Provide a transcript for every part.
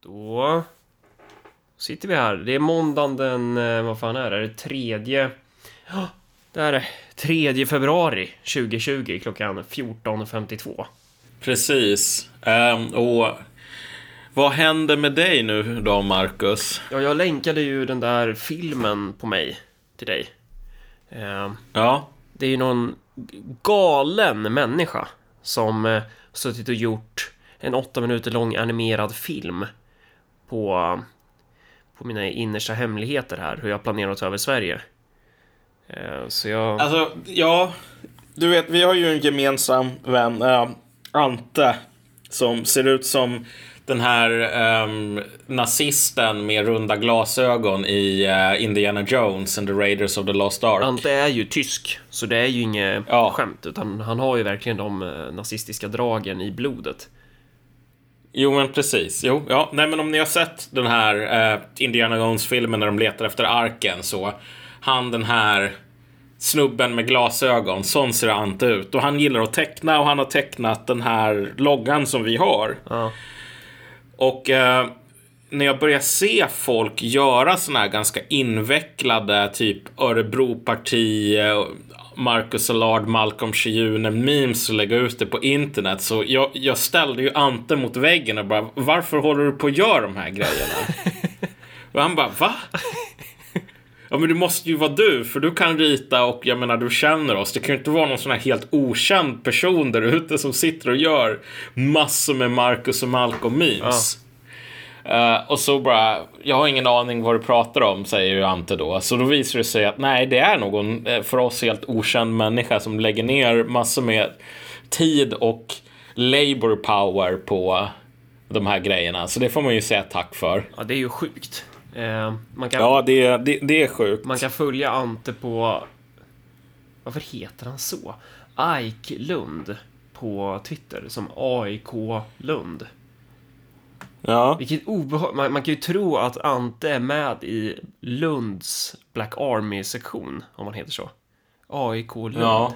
Då sitter vi här. Det är måndagen den, vad fan är det? Det är 3 februari 2020 klockan 14.52. Precis. Och vad händer med dig nu då, Marcus? Ja, jag länkade ju den där filmen på mig till dig. Ja. Det är ju någon galen människa som suttit och gjort en 8 minuter lång animerad film på mina innersta hemligheter här, hur jag planerar att ta över Sverige. Så jag... Alltså, ja, du vet, vi har ju en gemensam vän, Ante, som ser ut som den här nazisten med runda glasögon i Indiana Jones and the Raiders of the Lost Ark. Ante är ju tysk, så det är ju inget skämt, utan han har ju verkligen de nazistiska dragen i blodet. Jo, men precis. Nej, men om ni har sett den här Indiana Jones-filmen när de letar efter arken, så den här snubben med glasögon, sån ser Ante ut. Och han gillar att teckna, och han har tecknat den här loggan som vi har. Ja. Och när jag börjar se folk göra såna här ganska invecklade typ Örebroparti, Marcus Allard, Malcolm Shiune memes och lägga ut det på internet, så jag ställde ju Ante mot väggen och bara, varför håller du på att göra de här grejerna? Och han bara, va? Ja, men du måste ju vara du, för du kan rita, och jag menar, du känner oss. Det kan ju inte vara någon sån här helt okänd person där ute som sitter och gör massor med Marcus och Malcolm memes. Och så bara, jag har ingen aning vad du pratar om, säger ju Ante då. Så då visar det sig att nej, det är någon för oss helt okänd människa som lägger ner massor med tid och labor power på de här grejerna. Så det får man ju säga tack för. Ja, det är ju sjukt. Man kan, ja, det är sjukt. Man kan följa Ante på... Varför heter han så? Ike Lund på Twitter, som AIK Lund. Ja. Vilket obehag... Man kan ju tro att Ante är med i Lunds Black Army-sektion, om man heter så. AIK Lund. Ja.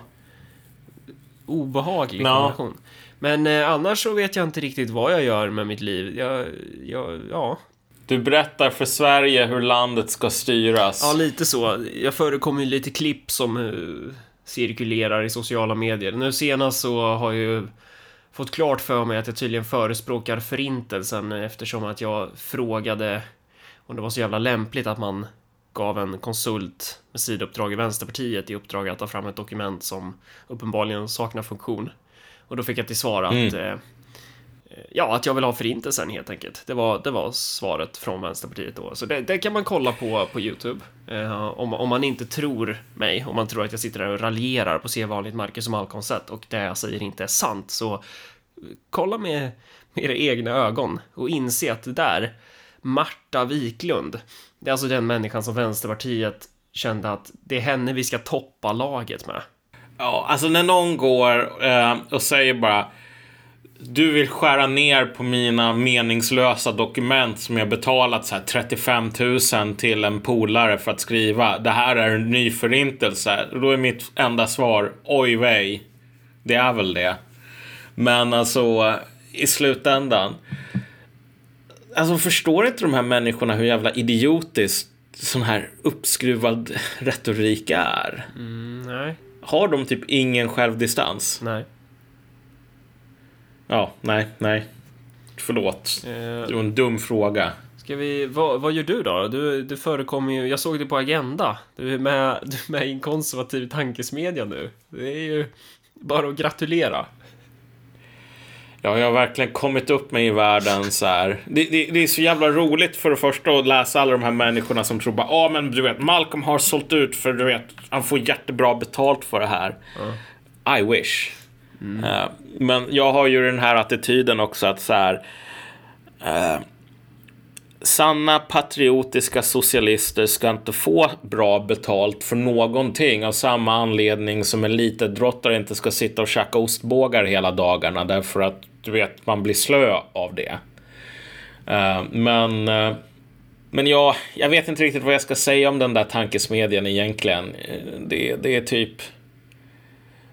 Obehaglig kombination. Men annars så vet jag inte riktigt vad jag gör med mitt liv. Ja. Du berättar för Sverige hur landet ska styras. Ja, lite så. Jag förekommer ju lite klipp som cirkulerar i sociala medier. Nu senast så har jag ju fått klart för mig att jag tydligen förespråkar förintelsen, eftersom att jag frågade om det var så jävla lämpligt att man gav en konsult med sidouppdrag i Vänsterpartiet i uppdrag att ta fram ett dokument som uppenbarligen saknar funktion. Och då fick jag till svar att att jag vill ha förintelsen, helt enkelt. Det var svaret från Vänsterpartiet då. Så det kan man kolla på YouTube. Om man inte tror mig, om man tror att jag sitter där och raljerar på sedvanligt Marcus och Malcolm-sätt och det jag säger inte är sant, så kolla med era egna ögon och inse att det där, Marta Wiklund, det är alltså den människan som Vänsterpartiet kände att det är henne vi ska toppa laget med. Ja, alltså när någon går och säger bara, du vill skära ner på mina meningslösa dokument som jag betalat så här 35 000 till en polare för att skriva, det här är en ny förintelse. Då är mitt enda svar, oj vej, det är väl det. Men alltså i slutändan, alltså förstår inte de här människorna hur jävla idiotiskt sån här uppskruvad retorik är? Nej. Har de typ ingen självdistans? Nej. Ja, nej. Förlåt. Det var en dum fråga. Ska vi... Vad gör du då? Du förekommer ju... Jag såg det på Agenda. Du är med i en konservativ tankesmedja nu. Det är ju bara att gratulera. Ja, jag har verkligen kommit upp mig i världen så här. Det är så jävla roligt för det första att läsa alla de här människorna som tror bara, men du vet, Malcolm har sålt ut för du vet, han får jättebra betalt för det här. I wish. Men jag har ju den här attityden också att så här, sanna patriotiska socialister ska inte få bra betalt för någonting, av samma anledning som en elitidrottare inte ska sitta och käka ostbågar hela dagarna därför att du vet, man blir slö av det. Men jag vet inte riktigt vad jag ska säga om den där tankesmedjan egentligen. Det är typ,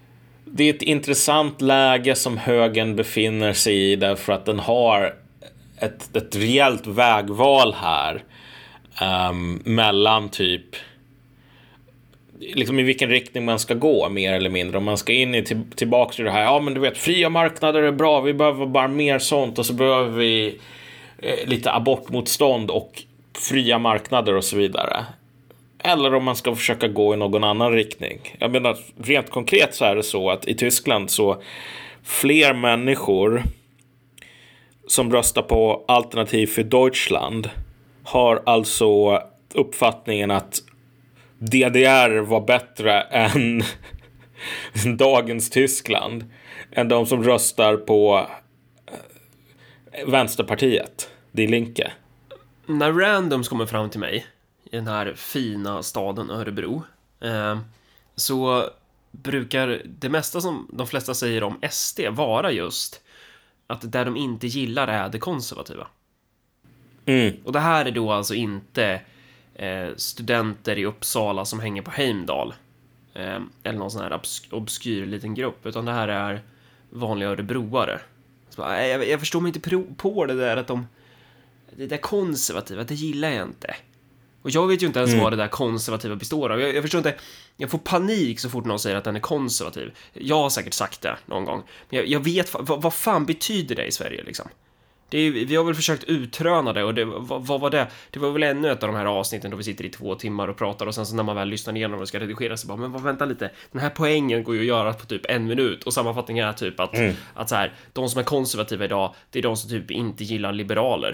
det är ett intressant läge som högern befinner sig i, därför att den har ett rejält vägval här mellan typ liksom i vilken riktning man ska gå mer eller mindre. Om man ska in i tillbaka till det här, ja men du vet, fria marknader är bra, vi behöver bara mer sånt, och så behöver vi lite abortmotstånd och fria marknader och så vidare. Eller om man ska försöka gå i någon annan riktning. Jag menar, rent konkret så är det så att i Tyskland så fler människor som röstar på Alternativ för Deutschland har alltså uppfattningen att DDR var bättre än dagens Tyskland, än de som röstar på Vänsterpartiet, Die Linke. När randoms kommer fram till mig i den här fina staden Örebro, så brukar det mesta som de flesta säger om SD vara just att där de inte gillar är det konservativa. Och det här är då alltså inte studenter i Uppsala som hänger på Heimdal eller någon sån här obskyr liten grupp, utan det här är vanliga örebroare. Så, jag förstår mig inte på det där att det där konservativa, det gillar jag inte. Och jag vet ju inte ens vad det där konservativa består av. Jag förstår inte, jag får panik så fort någon säger att den är konservativ. Jag har säkert sagt det någon gång, men jag vet vad fan betyder det i Sverige liksom. Vi har väl försökt utröna det, och vad var det? Det var väl ännu ett av de här avsnitten då vi sitter i 2 timmar och pratar, och sen så när man väl lyssnar igenom och ska redigera så bara, men vänta lite, den här poängen går ju att göra på typ 1 minut, och sammanfattningen är typ att så här, de som är konservativa idag, det är de som typ inte gillar liberaler.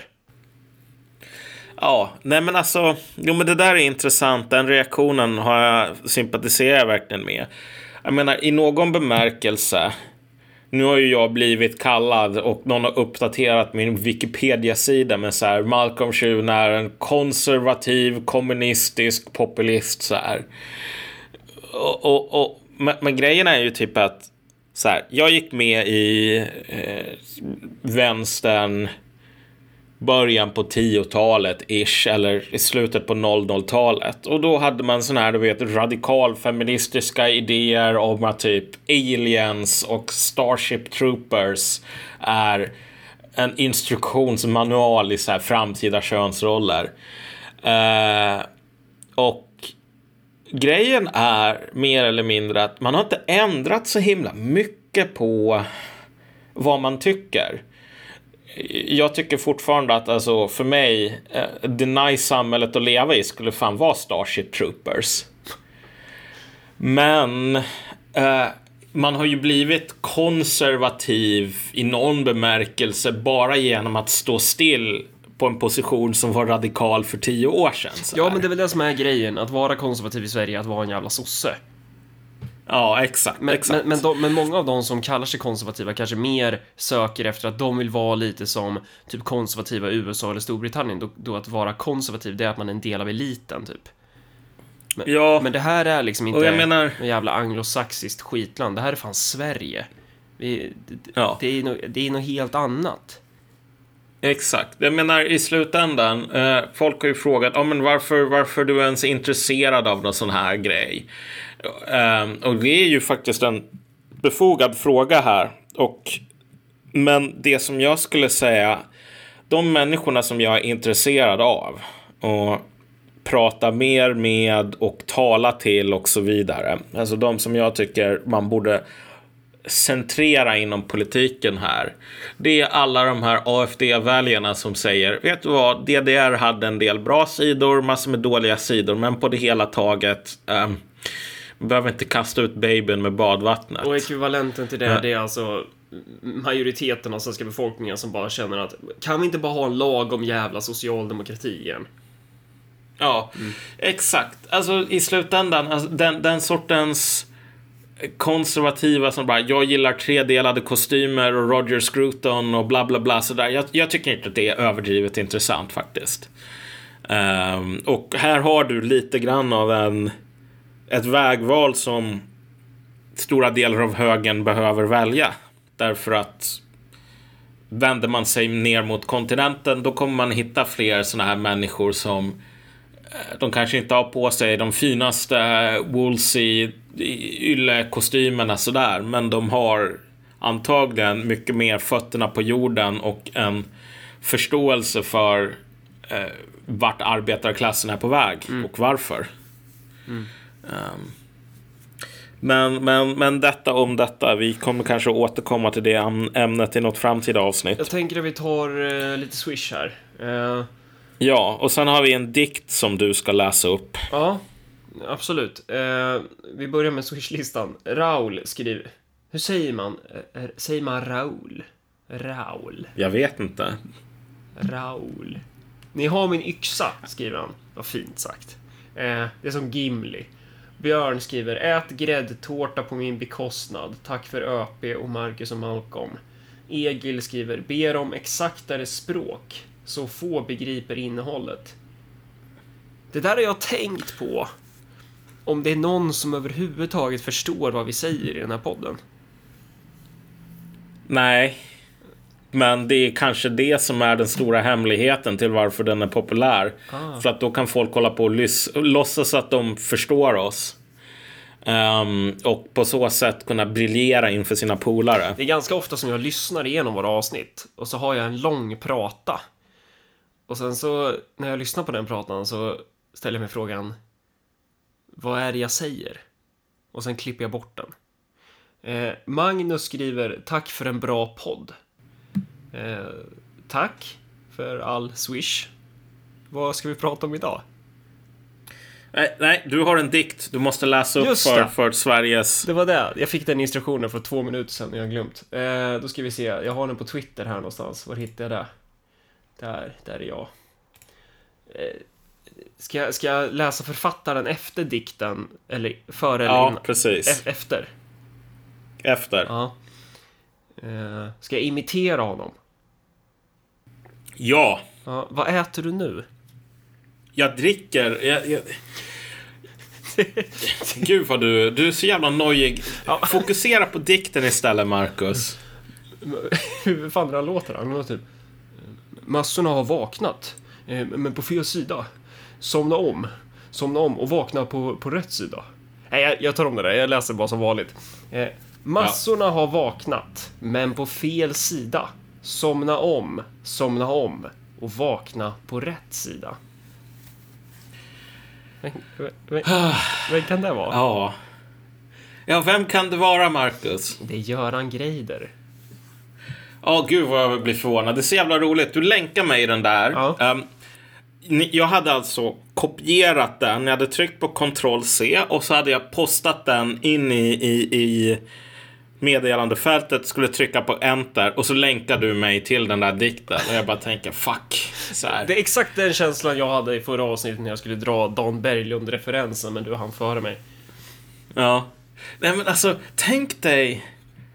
Ja, nej men alltså, jo men det där är intressant. Den reaktionen har jag sympatiserat verkligen med. Jag menar, i någon bemärkelse, nu har ju jag blivit kallad och någon har uppdaterat min Wikipedia-sida med så här, Malcolm Schun är en konservativ, kommunistisk populist så här. Men grejen är ju typ att så här, jag gick med i vänstern början på 10-talet ish, eller i slutet på 00-talet, och då hade man sån här, du vet, radikal feministiska idéer om att typ aliens och Starship Troopers är en instruktionsmanual i så här framtida könsroller. Och grejen är mer eller mindre att man har inte ändrat så himla mycket på vad man tycker. Jag tycker fortfarande att alltså, för mig det nice samhället att leva i skulle fan vara Starship Troopers. Men man har ju blivit konservativ i någon bemärkelse bara genom att stå still på en position som var radikal för 10 år sedan. Ja, men det är väl det som är grejen. Att vara konservativ i Sverige, att vara en jävla sosse. Ja, exakt. Men många av de som kallar sig konservativa kanske mer söker efter att de vill vara lite som typ konservativa i USA eller Storbritannien. Då att vara konservativ, det är att man är en del av eliten typ. Men det här är liksom inte en jävla anglosaxiskt skitland. Det här är fan Sverige. Det är något helt annat. Exakt. Jag menar, i slutändan, folk har ju frågat, men varför du ens är intresserad av någon sån här grej? Och det är ju faktiskt en befogad fråga här. Men det som jag skulle säga, de människorna som jag är intresserad av och prata mer med och tala till och så vidare, alltså de som jag tycker man borde centrera inom politiken här, det är alla de här AFD-väljarna som säger, vet du vad, DDR hade en del bra sidor, massor med dåliga sidor, men på det hela taget man behöver inte kasta ut babyn med badvattnet. Och ekvivalenten till det, det är alltså majoriteten av svenska befolkningen som bara känner att kan vi inte bara ha en lag om jävla socialdemokrati igen? Ja, exakt. Alltså i slutändan, alltså, den sortens konservativa som bara, jag gillar 3-delade kostymer och Roger Scruton och bla bla bla sådär. Jag tycker inte att det är överdrivet intressant faktiskt. Och här har du lite grann av ett vägval som stora delar av högern behöver välja. Därför att vänder man sig ner mot kontinenten, då kommer man hitta fler såna här människor som de kanske inte har på sig de finaste woolsey yllekostymerna sådär, men de har antagligen mycket mer fötterna på jorden och en förståelse för vart arbetarklassen är på väg och varför. Men detta om detta. Vi kommer kanske återkomma till det ämnet i något framtida avsnitt. Jag tänker att vi tar lite Swish här. Ja, och sen har vi en dikt som du ska läsa upp. Ja, absolut. Vi börjar med Swish-listan. Raul skriver... Hur säger man? Säger man Raul? Raul. Jag vet inte. Raul. Ni har min yxa, skriver han. Vad fint sagt. Det är som Gimli. Björn skriver: ät gräddtårta på min bekostnad. Tack för ÖP och Marcus och Malcolm. Egil skriver: ber om exaktare språk. Så få begriper innehållet. Det där har jag tänkt på. Om det är någon som överhuvudtaget förstår vad vi säger i den här podden. Nej. Men det är kanske det som är den stora hemligheten till varför den är populär. För att då kan folk hålla på och låtsas att de förstår oss. Och på så sätt kunna briljera inför sina polare. Det är ganska ofta som jag lyssnar igenom våra avsnitt. Och så har jag en lång prata. Och sen så när jag lyssnar på den pratan så ställer jag mig frågan: vad är det jag säger? Och sen klipper jag bort den. Magnus skriver: tack för en bra podd. Tack för all Swish. Vad ska vi prata om idag? Nej, du har en dikt du måste läsa upp för Sveriges... Det var det. Jag fick den instruktionen för 2 minuter sedan. Jag har glömt. Då ska vi se. Jag har den på Twitter här någonstans. Var hittar jag det? Där är jag. Ska jag läsa författaren efter dikten? Eller före eller innan? Precis. Efter. Ja. Ska jag imitera honom? Ja. Vad äter du nu? Jag dricker. Gud vad du är så jävla nojig. Fokusera på dikten istället, Marcus. Hur fan det låter han? Låter typ: massorna har vaknat, men på fel sida. Somna om och vakna på rätt sida. Nej, jag tar om det där. Jag läser bara som vanligt. Massorna har vaknat, men på fel sida. Somna om och vakna på rätt sida. Vem kan det vara? Ja, vem kan det vara, Marcus? Det är Göran Greider. Gud vad jag blir förvånad. Det är så jävla roligt. Du länkar mig i den där. Ja. Jag hade alltså kopierat den. Jag hade tryckt på Ctrl+C och så hade jag postat den in i meddelandefältet, skulle trycka på enter och så länkar du mig till den där dikten och jag bara tänker fuck så här. Det är exakt den känslan jag hade i förra avsnittet när jag skulle dra Dan Berglund-referensen, men du hann före mig. Ja. Nej men alltså, tänk dig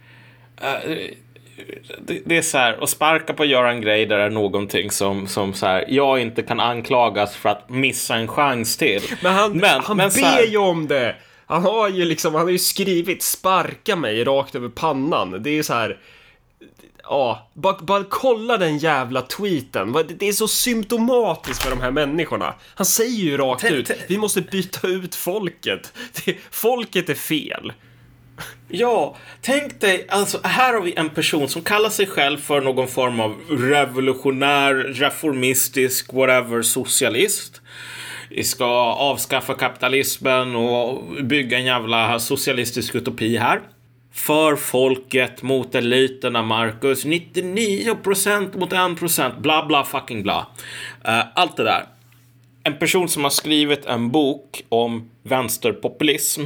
det är så här, att sparka på Göran Greider är någonting som så här, jag inte kan anklagas för att missa en chans till. Men han ber ju om det. Han har ju skrivit sparka mig rakt över pannan. Det är så här. Ja, bara kolla den jävla tweeten. Det är så symptomatiskt för de här människorna. Han säger ju rakt ut: vi måste byta ut folket. Folket är fel. Ja, tänk dig, alltså här har vi en person som kallar sig själv för någon form av revolutionär, reformistisk, whatever, socialist. Vi ska avskaffa kapitalismen och bygga en jävla socialistisk utopi här. För folket mot eliterna, Marcus. 99% mot 1%. Bla bla fucking bla. Allt det där. En person som har skrivit en bok om vänsterpopulism.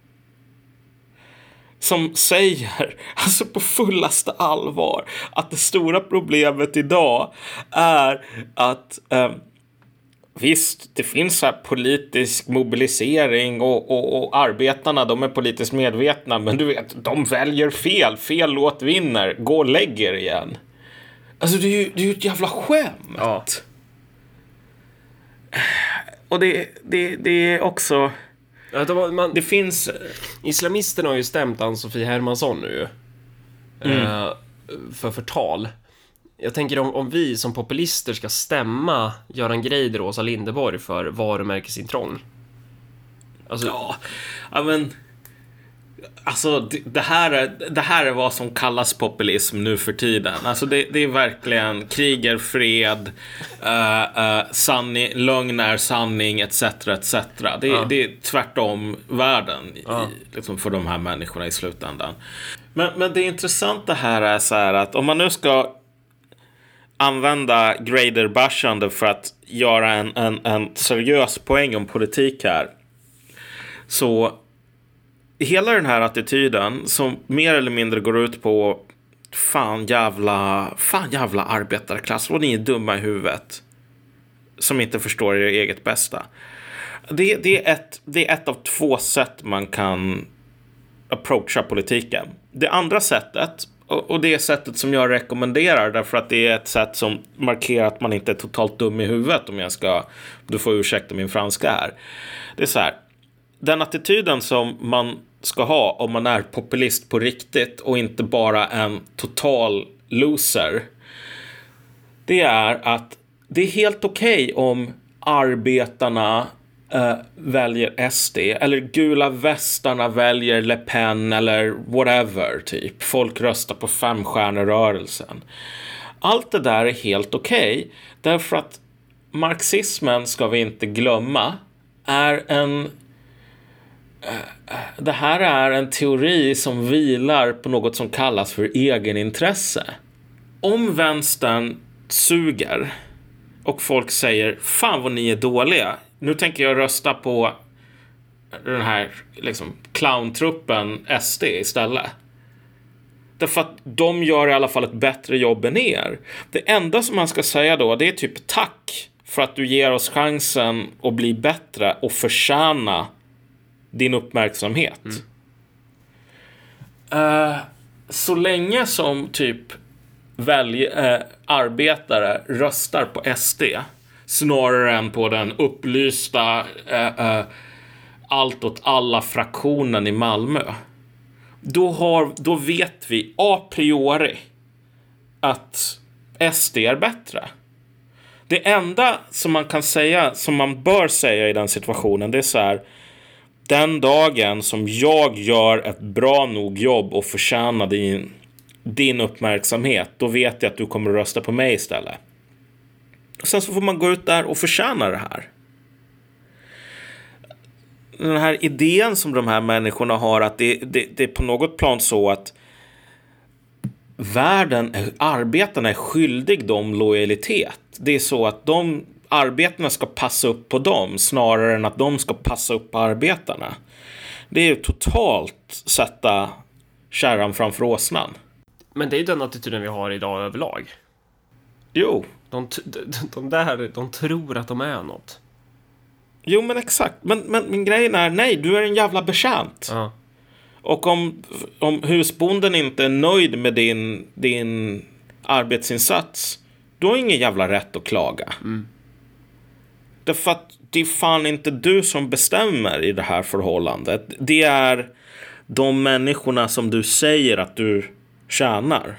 Som säger, alltså på fullaste allvar, att det stora problemet idag är att... visst, det finns så här politisk mobilisering och arbetarna, de är politiskt medvetna, men du vet, de väljer fel låt vinner, gå och lägger igen. Alltså det är ju ett jävla skämt. Ja. Och det är också... det finns... Islamisterna har ju stämt Ann-Sofie Hermansson nu för förtal. Jag tänker om vi som populister ska stämma Göran Greider och Åsa Linderborg för varumärkesintrång. Alltså... Ja, men... Alltså det här är vad som kallas populism nu för tiden. Alltså det är verkligen krig är fred, lögn är sanning, etc. etc. Det är tvärtom världen liksom för de här människorna i slutändan. Men det intressanta här är så här att om man nu ska använda grader-bashande för att göra en seriös poäng om politik här, så hela den här attityden som mer eller mindre går ut på fan jävla arbetarklass, vad ni är dumma i huvudet som inte förstår er eget bästa. Det är ett av två sätt man kan approacha politiken. Det andra sättet, och det är sättet som jag rekommenderar därför att det är ett sätt som markerar att man inte är totalt dum i huvudet, du får ursäkta min franska här. Det är så här: den attityden som man ska ha om man är populist på riktigt och inte bara en total loser, det är att det är helt okej om arbetarna väljer SD eller gula västarna väljer Le Pen eller whatever typ. Folk röstar på femstjärnerörelsen. Allt det där är helt okej därför att marxismen, ska vi inte glömma, det här är en teori som vilar på något som kallas för egenintresse. Om vänstern suger och folk säger fan vad ni är dåliga, nu tänker jag rösta på den här liksom clowntruppen SD istället. Därför att de gör i alla fall ett bättre jobb än er. Det enda som man ska säga då, det är typ tack för att du ger oss chansen att bli bättre och förtjäna din uppmärksamhet. Så länge som typ arbetare röstar på SD snarare än på den upplysta allt åt alla fraktionen i Malmö, då vet vi a priori att SD är bättre. Det enda som man kan säga, som man bör säga i den situationen, det är så här: den dagen som jag gör ett bra nog jobb och förtjänar din uppmärksamhet, då vet jag att du kommer att rösta på mig istället. Och sen så får man gå ut där och förtjäna det här. Den här idén som de här människorna har, att det är på något plan så att arbetarna är skyldig dem lojalitet. Det är så att arbetarna ska passa upp på dem snarare än att de ska passa upp på arbetarna. Det är ju totalt sätta kärran framför åsnan. Men det är ju den attityden vi har idag överlag. Jo. De tror att de är något. Jo, men exakt. Men grejen är, nej, du är en jävla betjänt. Ja. Och om husbonden inte är nöjd med din arbetsinsats, då har ingen jävla rätt att klaga. Därför att det är fan inte du som bestämmer i det här förhållandet. Det är de människorna som du säger att du tjänar.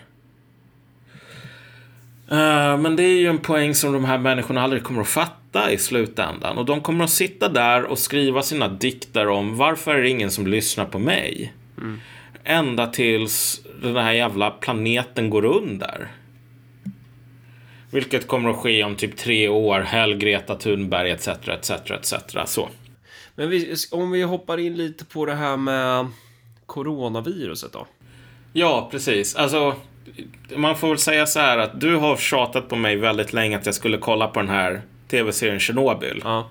Men det är ju en poäng som de här människorna aldrig kommer att fatta i slutändan. Och de kommer att sitta där och skriva sina dikter om varför är det ingen som lyssnar på mig. Ända tills den här jävla planeten går under. Vilket kommer att ske om typ 3 år. Hell, Greta Thunberg, etc. Så. Men om vi hoppar in lite på det här med coronaviruset då. Ja, precis. Alltså, man får väl säga så här att du har tjatat på mig väldigt länge att jag skulle kolla på den här tv-serien Chernobyl. Ja.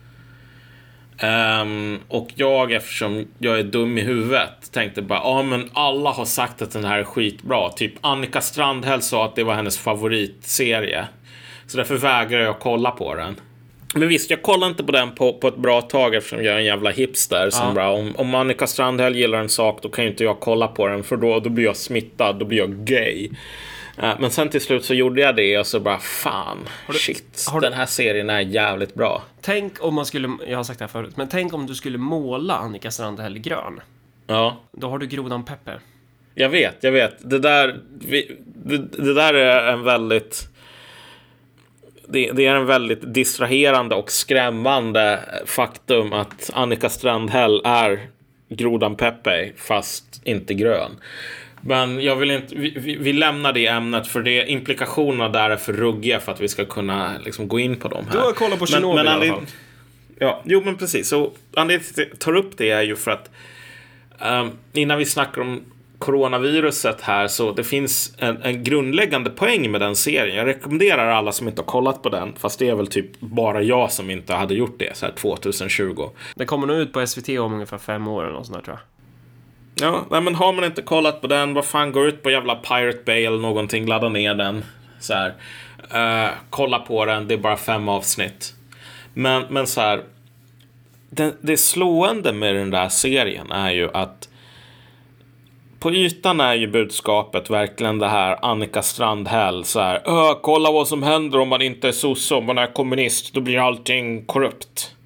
Och jag, eftersom jag är dum i huvudet, tänkte bara, men alla har sagt att den här är skitbra. Typ Annika Strandhäll sa att det var hennes favoritserie. Så därför vägrar jag kolla på den. Men visst, jag kollar inte på den på ett bra tag eftersom jag är en jävla hipster. Som bra. Om Annika Strandhäll gillar en sak, då kan ju inte jag kolla på den. För då blir jag smittad, då blir jag gay. Men sen till slut så gjorde jag det och så bara, fan, den här serien är jävligt bra. Tänk om man skulle, jag har sagt det här förut, men tänk om du skulle måla Annika Strandhäll grön. Ja. Då har du grodan Pepper. Jag vet. Det där är en väldigt... Det är en väldigt distraherande och skrämmande faktum att Annika Strandhäll är grodan Pepe fast inte grön. Men jag vill inte, vi lämnar det ämnet för det implikationerna där är för ruggiga för att vi ska kunna liksom gå in på dem här. Du har kollat på Chernobyl i alla fall. Ja, jo men precis. Så anledningen till att jag tar upp det är ju för att innan vi snackar om coronaviruset här, så det finns en grundläggande poäng med den serien. Jag rekommenderar alla som inte har kollat på den, fast det är väl typ bara jag som inte hade gjort det så här 2020. Det kommer nog ut på SVT om ungefär 5 år eller något sånt där, tror jag. Ja, nej, men har man inte kollat på den, vad fan, går ut på jävla Pirate Bay eller någonting, ladda ner den så här. Kolla på den, det är bara 5 avsnitt. Men så här, det slående med den där serien är ju att på ytan är ju budskapet verkligen det här Annika Strandhäll så här, kolla vad som händer om man inte är sosse, om man är kommunist, då blir allting korrupt.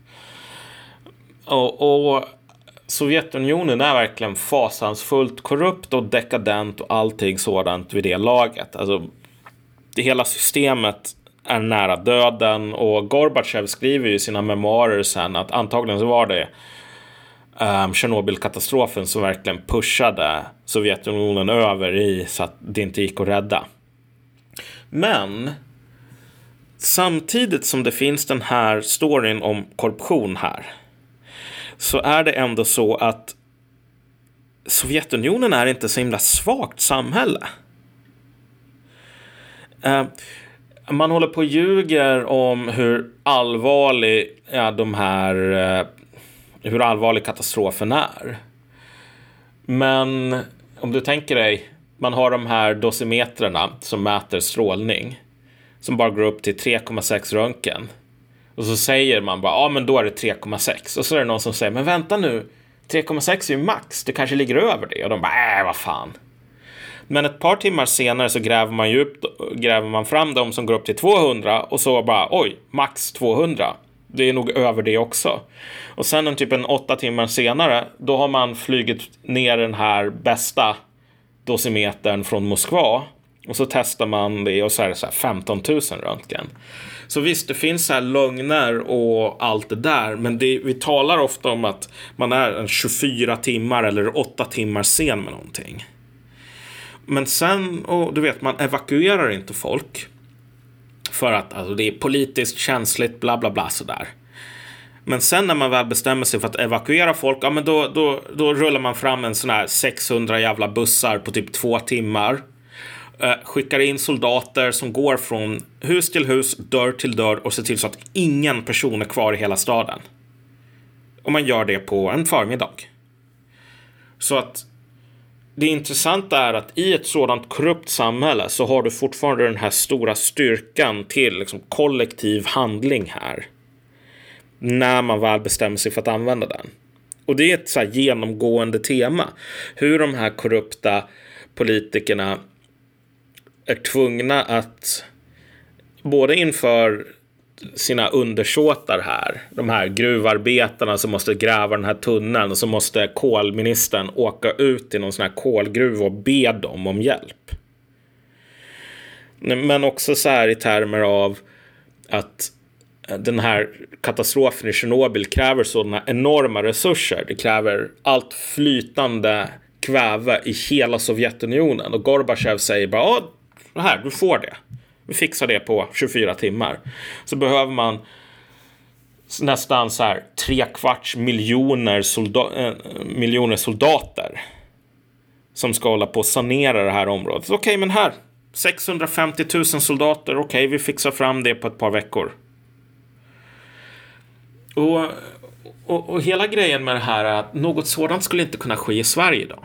Och Sovjetunionen är verkligen fasansfullt korrupt och dekadent och allting sådant vid det laget. Alltså, det hela systemet är nära döden, och Gorbachev skriver ju i sina memoarer sen att antagligen så var det Tjernobylkatastrofen som verkligen pushade Sovjetunionen över i så att det inte gick att rädda. Men samtidigt som det finns den här storyn om korruption här, så är det ändå så att Sovjetunionen är inte så himla svagt samhälle. Man håller på och ljuger om hur allvarlig hur allvarlig katastrofen är. Men om du tänker dig, man har de här dosimetrarna som mäter strålning som bara går upp till 3,6 röntgen. Och så säger man bara, ja men då är det 3,6. Och så är det någon som säger, men vänta nu, 3,6 är ju max, det kanske ligger över det. Och de bara, vad fan. Men ett par timmar senare så gräver man fram dem som går upp till 200. Och så bara, oj, max 200. Det är nog över det också. Och sen en 8 timmar senare, då har man flygit ner den här bästa dosimetern från Moskva. Och så testar man det och så är det så här 15 000 röntgen. Så visst, det finns så här lögner och allt det där. Men vi talar ofta om att man är en 24 timmar eller 8 timmar sen med någonting. Men sen, och du vet, man evakuerar inte folk. För att alltså, det är politiskt känsligt, bla bla bla sådär. Men sen när man väl bestämmer sig för att evakuera folk, ja men då rullar man fram en sån här 600 jävla bussar på typ 2 timmar. Skickar in soldater som går från hus till hus, dörr till dörr och ser till så att ingen person är kvar i hela staden. Och man gör det på en förmiddag. Så att det intressanta är att i ett sådant korrupt samhälle så har du fortfarande den här stora styrkan till liksom kollektiv handling här. När man väl bestämmer sig för att använda den. Och det är ett så här genomgående tema. Hur de här korrupta politikerna är tvungna att både inför sina undersåtar här, de här gruvarbetarna som måste gräva den här tunneln, och så måste kolministern åka ut till någon sån här kolgruva och be dem om hjälp. Men också så här i termer av att den här katastrofen i Tjernobyl kräver sådana enorma resurser. Det kräver allt flytande kväve i hela Sovjetunionen, och Gorbachev säger bara, här, du får det. Vi fixar det på 24 timmar. Så behöver man nästan så här 3/4 miljoner soldater som ska hålla på att sanera det här området. Okej, men här 650 000 soldater. Okej, vi fixar fram det på ett par veckor. Och hela grejen med det här är att något sådant skulle inte kunna ske i Sverige idag.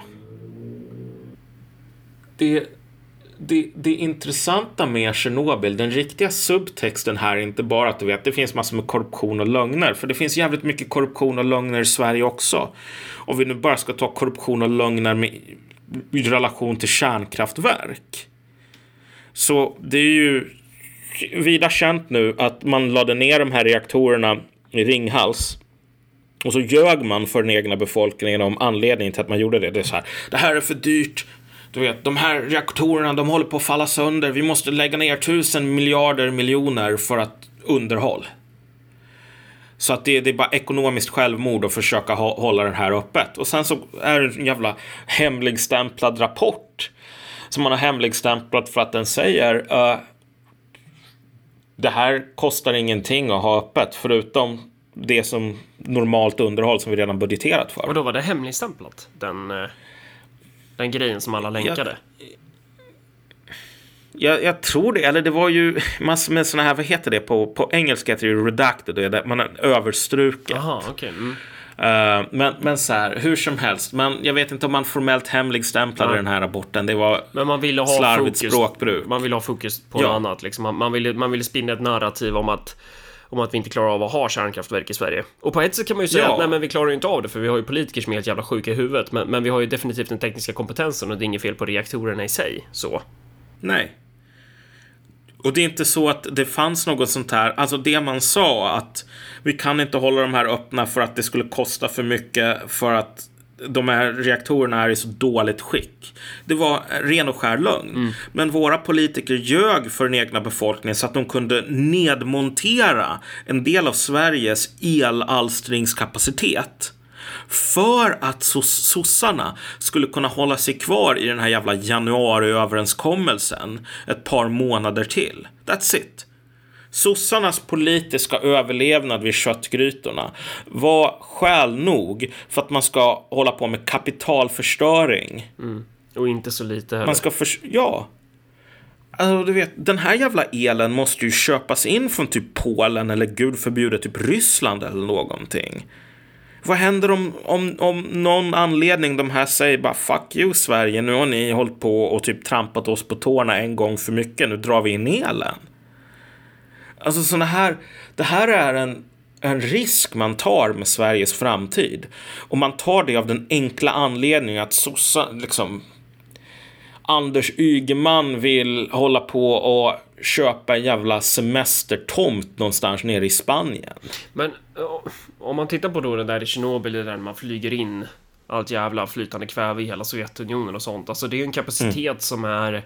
Det intressanta med Tjernobyl, den riktiga subtexten här är inte bara att du vet, det finns massor med korruption och lögner. För det finns jävligt mycket korruption och lögner i Sverige också. Och vi nu bara ska ta korruption och lögner i relation till kärnkraftverk. Så det är ju vida känt nu att man lade ner de här reaktorerna i Ringhals. Och så ljög man för den egna befolkningen om anledningen till att man gjorde det. Det är så här, det här är för dyrt. Du vet, de här reaktorerna, de håller på att falla sönder. Vi måste lägga ner 1000 miljarder miljoner för att underhåll. Så att det är bara ekonomiskt självmord att försöka hålla den här öppet. Och sen så är det en jävla hemligstämplad rapport som man har hemligstämplat för att den säger det här kostar ingenting att ha öppet förutom det som normalt underhåll som vi redan budgeterat för. Och då var det hemligstämplat, den grejen som alla länkade. Jag tror det, eller det var ju massor med såna här, vad heter det på engelska heter det ju redacted, det är man är överstruken. Jaha, okej. Men så här, hur som helst, jag vet inte om man formellt hemligstämplade den här rapporten. Det var men man ville ha slarvigt fokus, språkbruk. Man ville ha fokus på något annat liksom. Man ville spinna ett narrativ om att vi inte klarar av att ha kärnkraftverk i Sverige. Och på ett sätt kan man ju säga att nej, men vi klarar ju inte av det, för vi har ju politiker som är helt jävla sjuka i huvudet, men vi har ju definitivt den tekniska kompetensen och det är inget fel på reaktorerna i sig, så. Nej. Och det är inte så att det fanns något sånt här, alltså det man sa att vi kan inte hålla de här öppna för att det skulle kosta för mycket för att de här reaktorerna är i så dåligt skick. Det var ren och skär lögn. Men våra politiker ljög för den egna befolkningen så att de kunde nedmontera en del av Sveriges elalstringskapacitet för att sossarna skulle kunna hålla sig kvar i den här jävla januariöverenskommelsen ett par månader till. That's it. Sossarnas politiska överlevnad vid köttgrytorna var skäl nog för att man ska hålla på med kapitalförstöring. Och inte så lite heller. Man ska alltså, du vet, den här jävla elen måste ju köpas in från typ Polen eller gud förbjude typ Ryssland eller någonting. Vad händer om någon anledning de här säger bara fuck you Sverige, nu har ni hållit på och typ trampat oss på tårna en gång för mycket, nu drar vi in elen. Alltså det här är en risk man tar med Sveriges framtid. Och man tar det av den enkla anledningen att Anders Ygeman vill hålla på och köpa en jävla semestertomt någonstans nere i Spanien. Men om man tittar på då det där i Tjernobyl, det där man flyger in allt jävla flytande kväve i hela Sovjetunionen och sånt. Alltså det är ju en kapacitet som är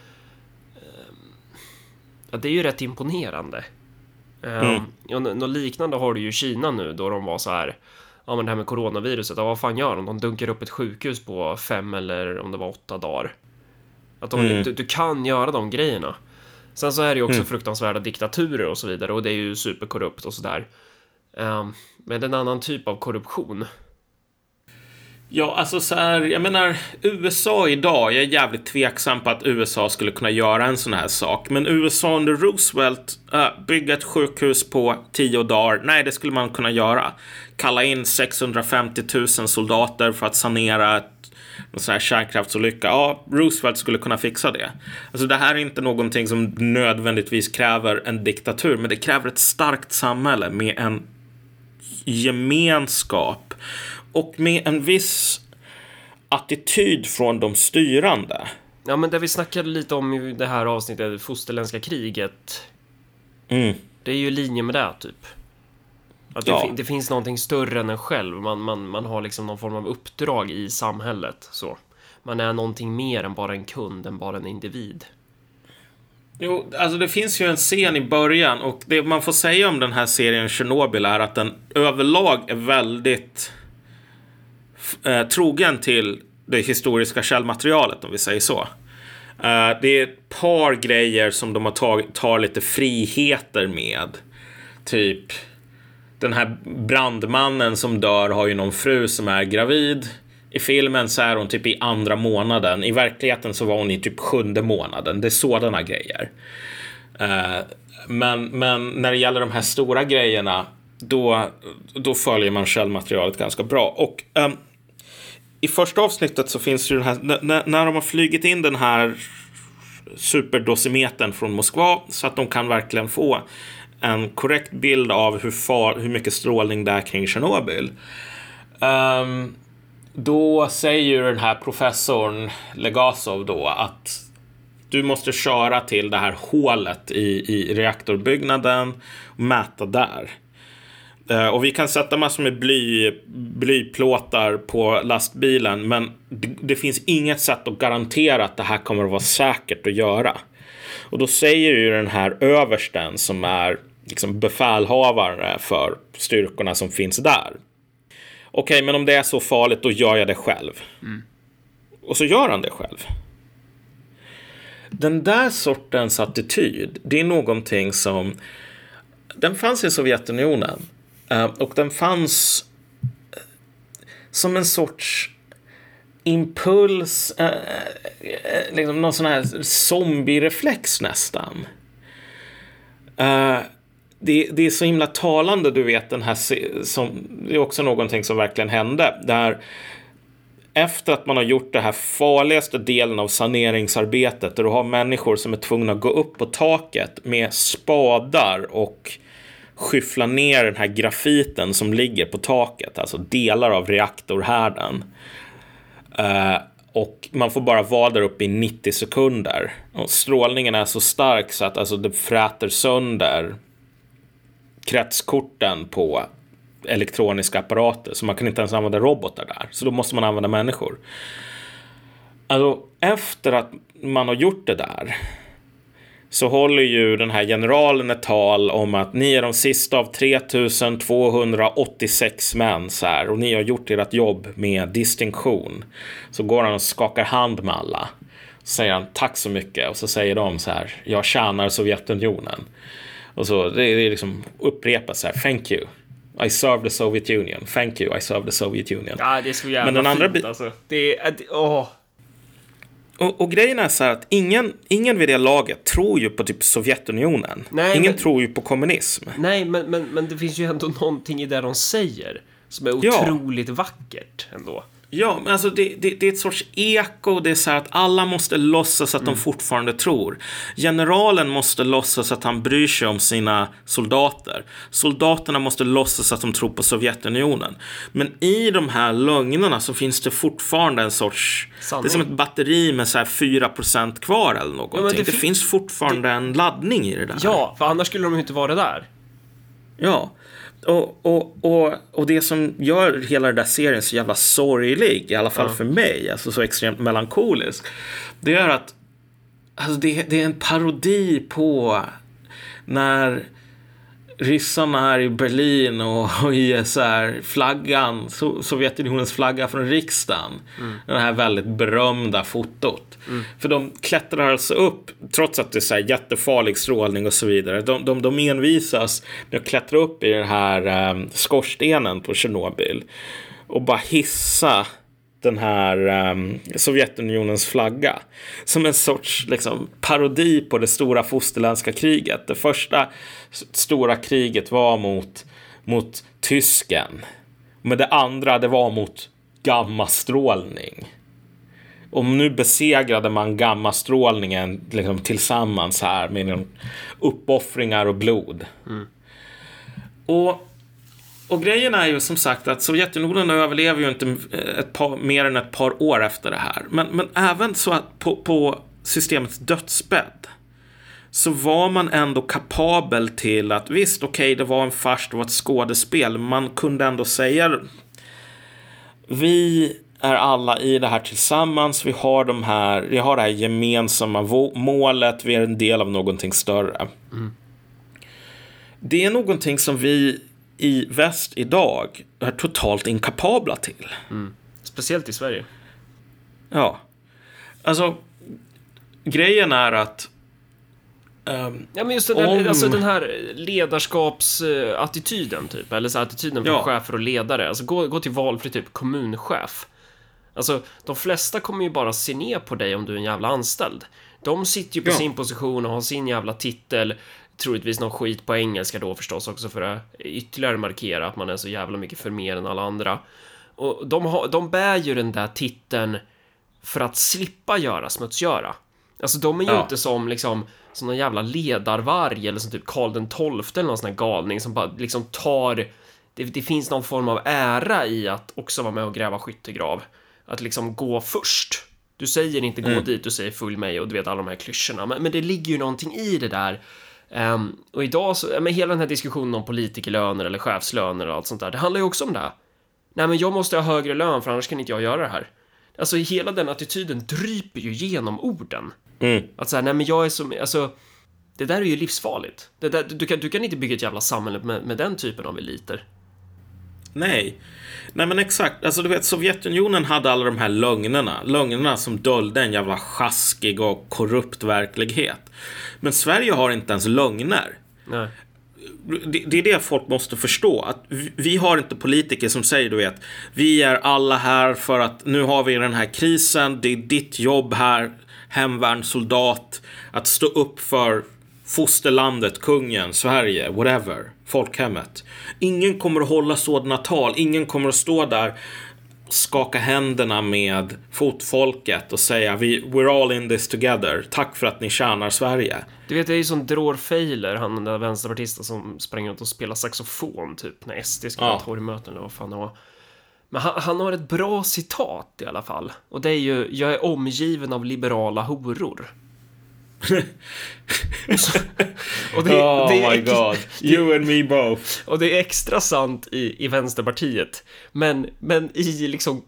det är ju rätt imponerande. Något liknande har du ju i Kina nu, då de var så här, ja men det här med coronaviruset, vad fan gör de? De dunkar upp ett sjukhus på 5 eller om det var 8 dagar. Att du kan göra de grejerna. Sen så är det ju också fruktansvärda diktaturer och så vidare, och det är ju superkorrupt och sådär. Men en annan typ av korruption. Ja, alltså så här, jag menar USA idag, jag är jävligt tveksam på att USA skulle kunna göra en sån här sak. Men USA under Roosevelt, bygga ett sjukhus på 10 dagar, nej det skulle man kunna göra. Kalla in 650 000 soldater för att sanera en sån här kärnkraftsolycka. Ja, Roosevelt skulle kunna fixa det. Alltså det här är inte någonting som nödvändigtvis kräver en diktatur, men det kräver ett starkt samhälle med en gemenskap och med en viss attityd från de styrande. Ja, men det vi snackade lite om i det här avsnittet, fosterländska kriget. Det är ju i linje med det typ. Att det finns någonting större än en själv. Man har liksom någon form av uppdrag i samhället. Så. Man är någonting mer än bara en kund, än bara en individ. Jo, alltså det finns ju en scen i början, och det man får säga om den här serien Chernobyl är att den överlag är väldigt trogen till det historiska källmaterialet, om vi säger så. Det är ett par grejer som de har tar lite friheter med. Typ den här brandmannen som dör har ju någon fru som är gravid. I filmen så är hon typ i 2:a månaden. I verkligheten så var hon i typ 7:e månaden. Det är sådana grejer. Men när det gäller de här stora grejerna, då följer man källmaterialet ganska bra. Och i första avsnittet så finns ju den här, när de har flygit in den här superdosimetern från Moskva så att de kan verkligen få en korrekt bild av hur mycket strålning det är kring Tjernobyl. Då säger ju den här professorn Legasov då att du måste köra till det här hålet i reaktorbyggnaden och mäta där. Och vi kan sätta massor med blyplåtar på lastbilen, men det finns inget sätt att garantera att det här kommer att vara säkert att göra. Och då säger ju den här översten som är liksom befälhavare för styrkorna som finns där. Okej, men om det är så farligt, då gör jag det själv. Och så gör han det själv. Den där sortens attityd, det är någonting som den fanns i Sovjetunionen. Och den fanns som en sorts impuls, liksom någon sån här zombie-reflex nästan. Det är så himla talande, du vet, den här det är också någonting som verkligen hände. Där efter att man har gjort det här farligaste delen av saneringsarbetet, där du har människor som är tvungna att gå upp på taket med spadar och skyffla ner den här grafiten som ligger på taket, alltså delar av reaktorhärden. Och man får bara vara där uppe i 90 sekunder. Och strålningen är så stark så att alltså, det fräter sönder kretskorten på elektroniska apparater. Så man kan inte ens använda robotar där. Så då måste man använda människor. Alltså, efter att man har gjort det där, så håller ju den här generalen ett tal om att ni är de sista av 3286 män så här, och ni har gjort ert jobb med distinktion. Så går han och skakar hand med alla. Så säger han tack så mycket, och så säger de så här: jag tjänar Sovjetunionen. Och så det är liksom upprepas så här: thank you, I serve the Soviet Union. Thank you, I serve the Soviet Union. Ja, det är så jävla fint alltså. Det är Och grejen är så här att ingen vid det laget tror ju på typ Sovjetunionen. Ingen tror ju på kommunism. Nej, men det finns ju ändå någonting i det de säger som är otroligt vackert ändå. Ja, men alltså det är ett sorts eko. Det är så här att alla måste låtsas att de fortfarande tror. Generalen måste låtsas att han bryr sig om sina soldater. Soldaterna måste låtsas att de tror på Sovjetunionen. Men i de här lögnerna så finns det fortfarande en sorts sanning. Det är som ett batteri med så här 4% kvar eller någonting. Det finns fortfarande en laddning i det där. Ja, för annars skulle de ju inte vara där. Ja. Och det som gör hela den där serien så jävla sorglig, i alla fall för mig, alltså så extremt melankolisk, det är att alltså det är en parodi på när ryssarna är i Berlin och i så här flaggan, Sovjetunionens flagga från riksdagen, det här väldigt berömda fotot. För de klättrar alltså upp, trots att det är så här jättefarlig strålning och så vidare. De envisas med att klättra upp i den här skorstenen på Tjernobyl och bara hissa den här Sovjetunionens flagga som en sorts liksom parodi på det stora fosterländska kriget. Det första stora kriget var mot tysken, men det andra det var mot gammastrålning. Och nu besegrade man gammastrålningen liksom tillsammans här med uppoffringar och blod. Och grejen är ju som sagt att Sovjetunionen överlever ju inte mer än ett par år efter det här. Men även så att på systemets dödsbädd så var man ändå kapabel till att visst, okej, det var en fars, det var ett skådespel. Man kunde ändå säga vi är alla i det här tillsammans. Vi har det här gemensamma målet. Vi är en del av någonting större. Det är någonting som vi i väst idag är totalt inkapabla till. Speciellt i Sverige. Ja. Alltså, grejen är att ja, men just alltså den här ledarskapsattityden typ, eller så attityden på chefer och ledare. Alltså gå till valfri typ kommunchef. Alltså de flesta kommer ju bara se ner på dig om du är en jävla anställd. De sitter ju på sin position och har sin jävla titel, troligtvis någon skit på engelska då förstås också, för att ytterligare markera att man är så jävla mycket för mer än alla andra. Och de bär ju den där titeln för att slippa smutsgöra. Alltså de är ju inte som liksom som någon jävla ledarvarg eller som typ Karl den 12 eller någon sån här galning som bara liksom tar det finns någon form av ära i att också vara med och gräva skyttegrav, att liksom gå först. Du säger inte gå dit, du säger följ mig, och du vet alla de här klyschorna, men det ligger ju någonting i det där. Och idag så, men hela den här diskussionen om politikerlöner eller chefslöner och allt sånt där, det handlar ju också om det. Nej, men jag måste ha högre lön för annars kan inte jag göra det här. Alltså hela den attityden dryper ju genom orden. Att så här, nej men jag är som, alltså Det där är ju livsfarligt. Det där, du kan inte bygga ett jävla samhälle med den typen av eliter. Nej, men exakt. Alltså du vet, Sovjetunionen hade alla de här lögnerna som dolde en jävla sjaskig och korrupt verklighet. Men Sverige har inte ens lögner. Nej. Det är det folk måste förstå, att vi har inte politiker som säger, du vet, vi är alla här för att nu har vi den här krisen, det är ditt jobb här, hemvärnssoldat, att stå upp för fosterlandet, kungen, Sverige, whatever, folkhemmet. Ingen kommer att hålla sådana tal, ingen kommer att stå där, skaka händerna med fotfolket och säga we're all in this together, tack för att ni tjänar Sverige. Du vet, det är ju som Dror Feiler, han den där vänsterpartisten som sprang ut och spelar saxofon typ när SD skulle ha torgmöten eller vad fan det var. Men han har ett bra citat i alla fall. Och det är ju, jag är omgiven av liberala horor. Och det my god, you and me both. Och det är extra sant i Vänsterpartiet. Men i liksom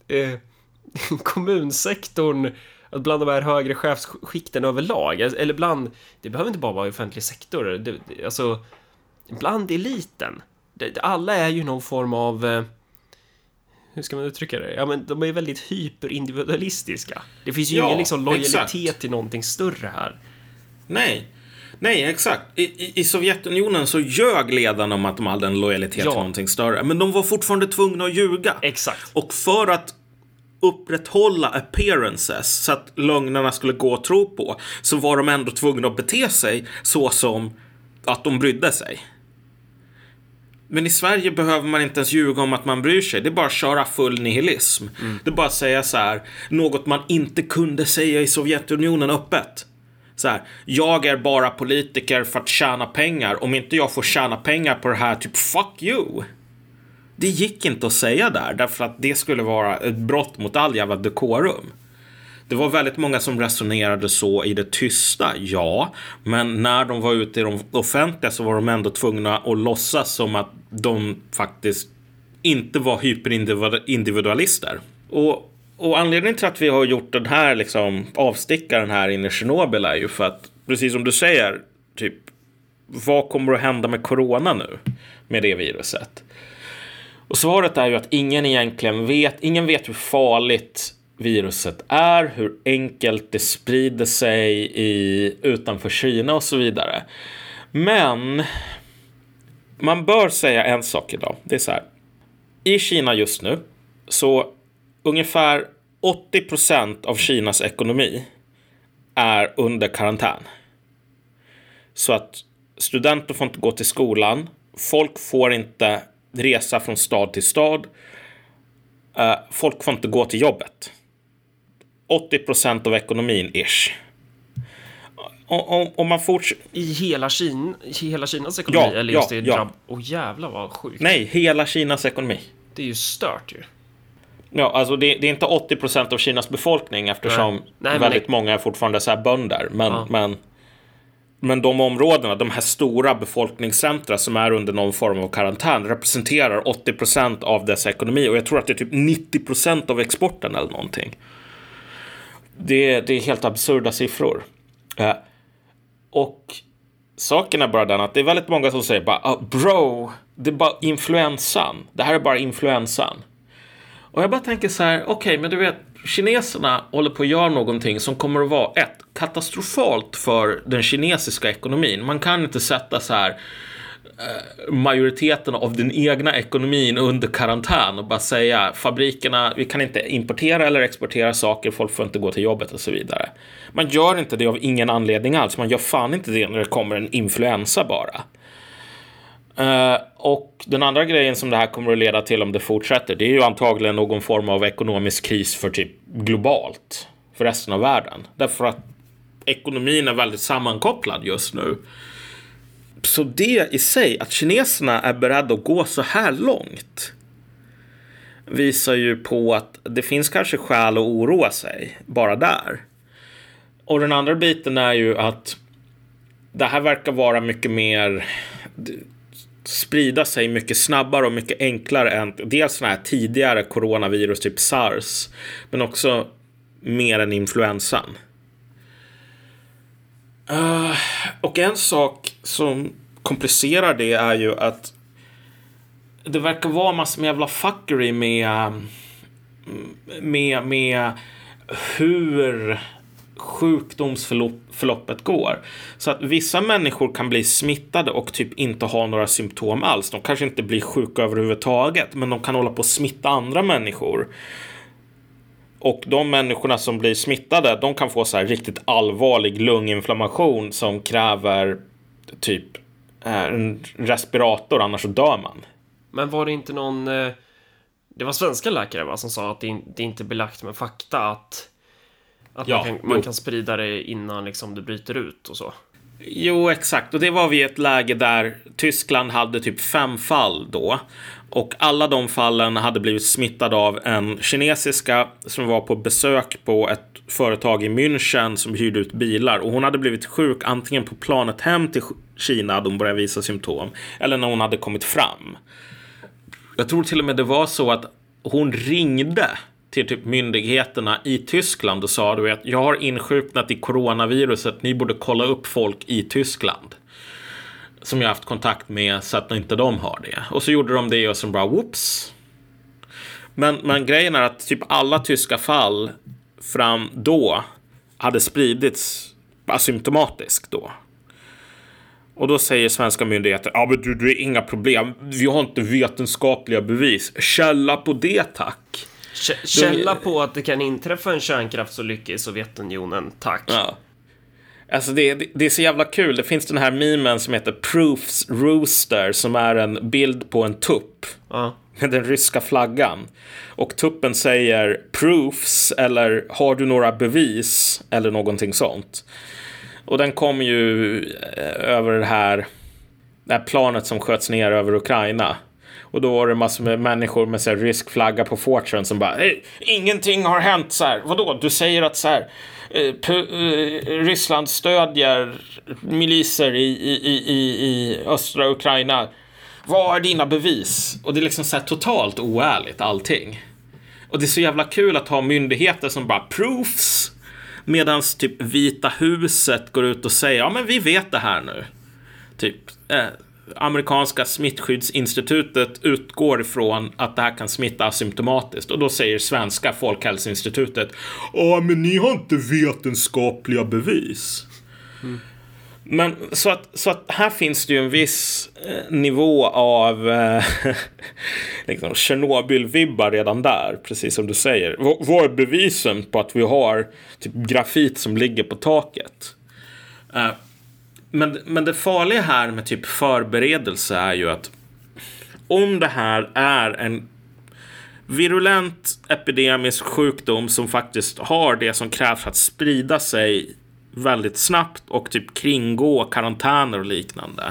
kommunsektorn, bland de här högre chefsskikten överlag, eller bland, det behöver inte bara vara i offentlig sektor, alltså bland eliten, alla är ju någon form av, hur ska man uttrycka det? Ja, men de är väldigt hyperindividualistiska. Det finns ju ingen liksom lojalitet till någonting större här. Nej, exakt. I Sovjetunionen så ljög ledarna om att de hade en lojalitet till någonting större. Men de var fortfarande tvungna att ljuga. Exakt. Och för att upprätthålla appearances så att lögnerna skulle gå att tro på, så var de ändå tvungna att bete sig så som att de brydde sig. Men i Sverige behöver man inte ens ljuga om att man bryr sig. Det är bara att köra full nihilism. Det är bara att säga så här, något man inte kunde säga i Sovjetunionen öppet. Så här, jag är bara politiker för att tjäna pengar. Om inte jag får tjäna pengar på det här, typ fuck you. Det gick inte att säga där, därför att det skulle vara ett brott mot all jävla dekorum. Det var väldigt många som resonerade så i det tysta, ja. Men när de var ute i de offentliga så var de ändå tvungna att låtsas som att de faktiskt inte var hyperindividualister. Och anledningen till att vi har gjort den här liksom, avstickaren här inne i Tjernobyl är ju för att, precis som du säger, typ, vad kommer att hända med corona nu? Med det viruset. Och svaret är ju att ingen egentligen vet. Ingen vet hur farligt viruset är, hur enkelt det sprider sig utanför Kina och så vidare. Men man bör säga en sak idag. Det är så här. I Kina just nu så ungefär 80% av Kinas ekonomi är under karantän. Så att studenter får inte gå till skolan. Folk får inte resa från stad till stad. Folk får inte gå till jobbet. 80% av ekonomin ish. Om man fortsätter i hela Kinas ekonomi, eller just det drabb. Jävlar vad sjukt. Nej, hela Kinas ekonomi. Det är ju stört ju. Ja, alltså det är inte 80% av Kinas befolkning, eftersom väldigt många är fortfarande så här bönder, men de områdena, de här stora befolkningscentra som är under någon form av karantän, representerar 80% av dess ekonomi, och jag tror att det är typ 90% av exporten eller någonting. Det är helt absurda siffror. Och saken är bara den att det är väldigt många som säger bara, bro, det är bara influensan. Det här är bara influensan. Och jag bara tänker så här, okej, men du vet, kineserna håller på att göra någonting som kommer att vara katastrofalt för den kinesiska ekonomin. Man kan inte sätta så här majoriteten av den egna ekonomin under karantän och bara säga, fabrikerna, vi kan inte importera eller exportera saker, folk får inte gå till jobbet och så vidare. Man gör inte det av ingen anledning alls. Man gör fan inte det när det kommer en influensa bara. Och den andra grejen som det här kommer att leda till om det fortsätter, det är ju antagligen någon form av ekonomisk kris för typ globalt, för resten av världen. Därför att ekonomin är väldigt sammankopplad just nu. Så det i sig, att kineserna är beredda att gå så här långt, visar ju på att det finns kanske skäl att oroa sig bara där. Och den andra biten är ju att det här verkar vara mycket mer, sprida sig mycket snabbare och mycket enklare än dels sådana här tidigare coronavirus typ SARS, men också mer än influensan. Och en sak som komplicerar det är ju att det verkar vara massor med jävla fuckery med hur sjukdomsförloppet går. Så att vissa människor kan bli smittade och typ inte ha några symptom alls. De kanske inte blir sjuka överhuvudtaget, men de kan hålla på att smitta andra människor. Och de människorna som blir smittade, de kan få så här riktigt allvarlig lunginflammation som kräver typ en respirator, annars så dör man. Men var det inte någon... Det var svenska läkare, va, som sa att det inte är belagt med fakta att man kan sprida det innan liksom det bryter ut och så. Jo, exakt. Och det var vid ett läge där Tyskland hade typ 5 fall då. Och alla de fallen hade blivit smittade av en kinesiska som var på besök på ett företag i München som hyrde ut bilar. Och hon hade blivit sjuk antingen på planet hem till Kina då hon började visa symptom, eller när hon hade kommit fram. Jag tror till och med det var så att hon ringde till typ myndigheterna i Tyskland och sa att jag har insjuknat i coronaviruset, ni borde kolla upp folk i Tyskland som jag haft kontakt med så att inte de har det. Och så gjorde de det och så bara whoops. Men grejen är att typ alla tyska fall fram då hade spridits asymptomatiskt då. Och då säger svenska myndigheter, ja men du är inga problem, vi har inte vetenskapliga bevis. Källa på det, tack. Källa på att det kan inträffa en kärnkraftsolycka i Sovjetunionen, tack. Ja. Alltså det är så jävla kul. Det finns den här memen som heter Proofs Rooster, som är en bild på en tupp med den ryska flaggan. Och tuppen säger proofs, eller har du några bevis, eller någonting sånt. Och den kom ju över det här planet som sköts ner över Ukraina. Och då var det massor med människor med så här rysk flagga på Fortune som bara, ingenting har hänt så här. Vadå? Du säger att så här Ryssland stödjer miliser i östra Ukraina. Vad är dina bevis? Och det är liksom så här totalt oärligt allting. Och det är så jävla kul att ha myndigheter som bara proofs, medans typ Vita huset går ut och säger, ja men vi vet det här nu. Typ amerikanska smittskyddsinstitutet utgår ifrån att det här kan smitta asymptomatiskt. Och då säger svenska Folkhälsoinstitutet, ja men ni har inte vetenskapliga bevis. Men så att här finns det ju en viss nivå av liksom Tjernobyl-vibbar redan där, precis som du säger. Vad är bevisen på att vi har typ grafit som ligger på taket? Men det farliga här med typ förberedelse är ju att om det här är en virulent epidemisk sjukdom som faktiskt har det som krävs för att sprida sig väldigt snabbt och typ kringgå karantäner och liknande.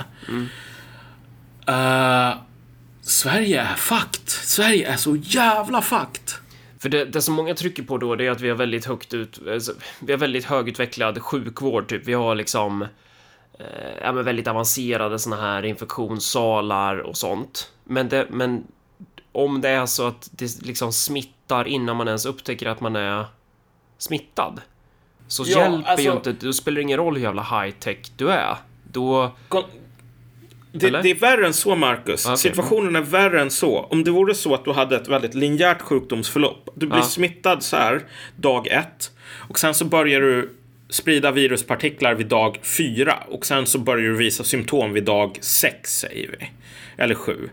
Sverige är fucked. Sverige är så jävla fucked. För det som många trycker på då, det är att vi har väldigt högutvecklad sjukvård typ. Vi har liksom men väldigt avancerade såna här infektionssalar och sånt. Men om det är så att det liksom smittar innan man ens upptäcker att man är smittad, så hjälper ju inte, då spelar det ingen roll hur jävla high-tech du är. Då... Det är värre än så, Marcus. Okay. Situationen är värre än så. Om det vore så att du hade ett väldigt linjärt sjukdomsförlopp. Du blir smittad så här dag 1. Och sen så börjar du sprida viruspartiklar vid dag 4. Och sen så börjar du visa symptom vid dag 6, säger vi. Eller 7.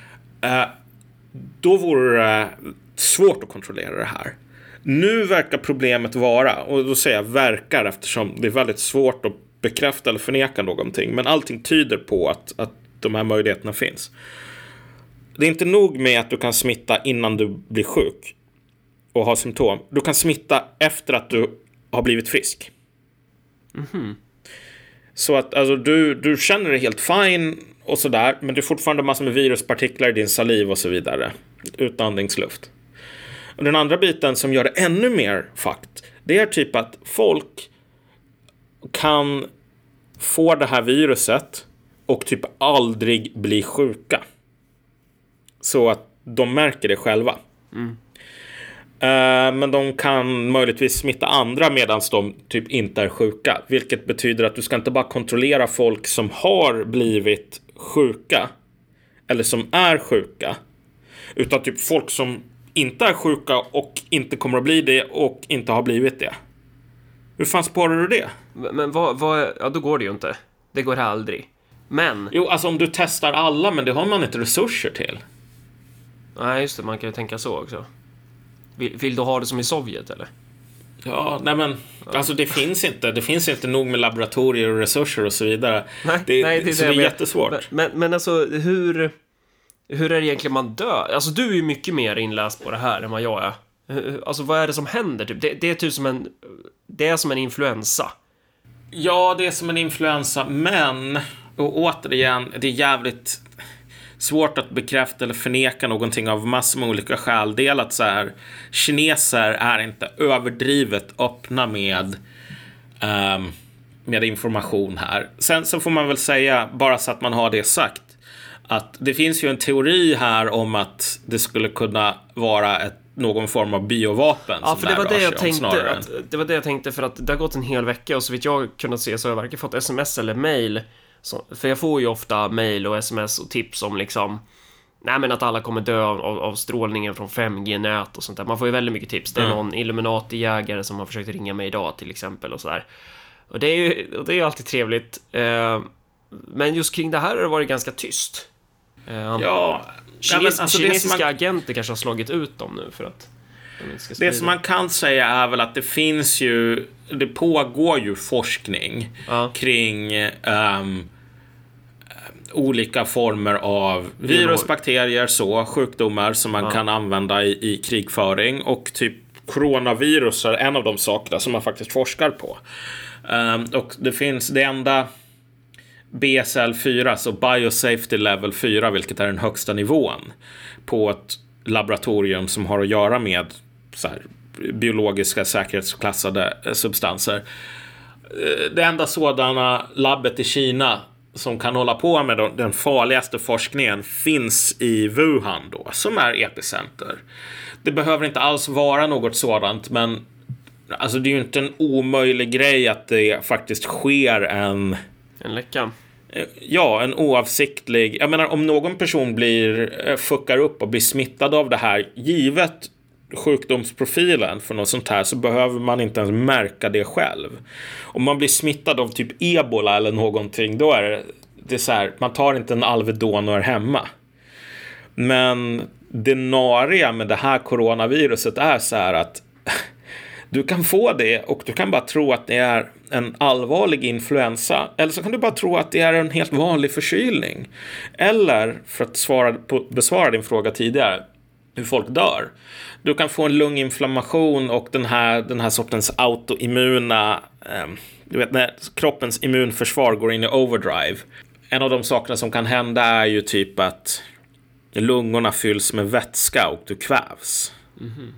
Då vore det svårt att kontrollera det här. Nu verkar problemet vara, och då säger jag verkar eftersom det är väldigt svårt att bekräfta eller förneka någonting, men allting tyder på att de här möjligheterna finns. Det är inte nog med att du kan smitta innan du blir sjuk och har symptom. Du kan smitta efter att du har blivit frisk. Så att alltså, du känner dig helt fine och sådär, men det är fortfarande massor med viruspartiklar i din saliv och så vidare. Utandningsluft. Och den andra biten som gör det ännu mer fakt, det är typ att folk kan få det här viruset och typ aldrig bli sjuka. Så att de märker det själva. Men de kan möjligtvis smitta andra medan de typ inte är sjuka. Vilket betyder att du ska inte bara kontrollera folk som har blivit sjuka eller som är sjuka, utan typ folk som inte är sjuka och inte kommer att bli det och inte har blivit det. Hur fan sparar du det? Men ja, då går det ju inte. Det går aldrig. Men... Jo, alltså om du testar alla, men det har man inte resurser till. Nej, just det. Man kan ju tänka så också. Vill du ha det som i Sovjet, eller? Ja, nej men... Ja. Alltså det finns inte nog med laboratorier och resurser och så vidare. Nej, det är jättesvårt. Men alltså, hur är det egentligen man dör? Alltså, du är ju mycket mer inläst på det här än vad jag är. Alltså, vad är det som händer? Typ? Det är typ det är som en influensa. Ja, det är som en influensa, men... Och återigen, det är jävligt svårt att bekräfta eller förneka någonting av massor med olika skäl. Del att så här, kineser är inte överdrivet öppna med information här. Sen så får man väl säga, bara så att man har det sagt, att det finns ju en teori här om att det skulle kunna vara någon form av biovapen. Ja, för det var det jag tänkte, för att det har gått en hel vecka och så vitt jag kunnat se så har jag varken fått sms eller mail. För jag får ju ofta mail och sms och tips om liksom, nej men att alla kommer dö av strålningen från 5G-nät och sånt där. Man får ju väldigt mycket tips. Det är någon Illuminati-jägare som har försökt ringa mig idag till exempel och sådär. Och det är ju alltid trevligt. Men just kring det här har det varit ganska tyst. Kinesiska agenter kanske har slagit ut dem nu för att de inte ska sprida. Det som man kan säga är väl att det pågår ju forskning kring olika former av virus, bakterier, sjukdomar som man kan använda i krigföring, och typ coronavirus är en av de sakerna som man faktiskt forskar på. Och det finns det enda BSL-4, så Biosafety Level 4, vilket är den högsta nivån på ett laboratorium som har att göra med så här, biologiska säkerhetsklassade substanser. Det enda sådana labbet i Kina som kan hålla på med den farligaste forskningen finns i Wuhan då, som är epicenter. Det behöver inte alls vara något sådant, men alltså det är ju inte en omöjlig grej att det faktiskt sker en läcka. Ja, en oavsiktlig... Jag menar, om någon person fuckar upp och blir smittad av det här, givet sjukdomsprofilen för något sånt här, så behöver man inte ens märka det själv. Om man blir smittad av typ ebola eller någonting, då är det så här, man tar inte en Alvedon och är hemma. Men det nariga med det här coronaviruset är så här att du kan få det och du kan bara tro att det är en allvarlig influensa. Eller så kan du bara tro att det är en helt vanlig förkylning. Eller, för att besvara din fråga tidigare, hur folk dör. Du kan få en lunginflammation och den här sortens autoimmuna... Du vet, när kroppens immunförsvar går in i overdrive. En av de sakerna som kan hända är ju typ att lungorna fylls med vätska och du kvävs. Mm-hmm.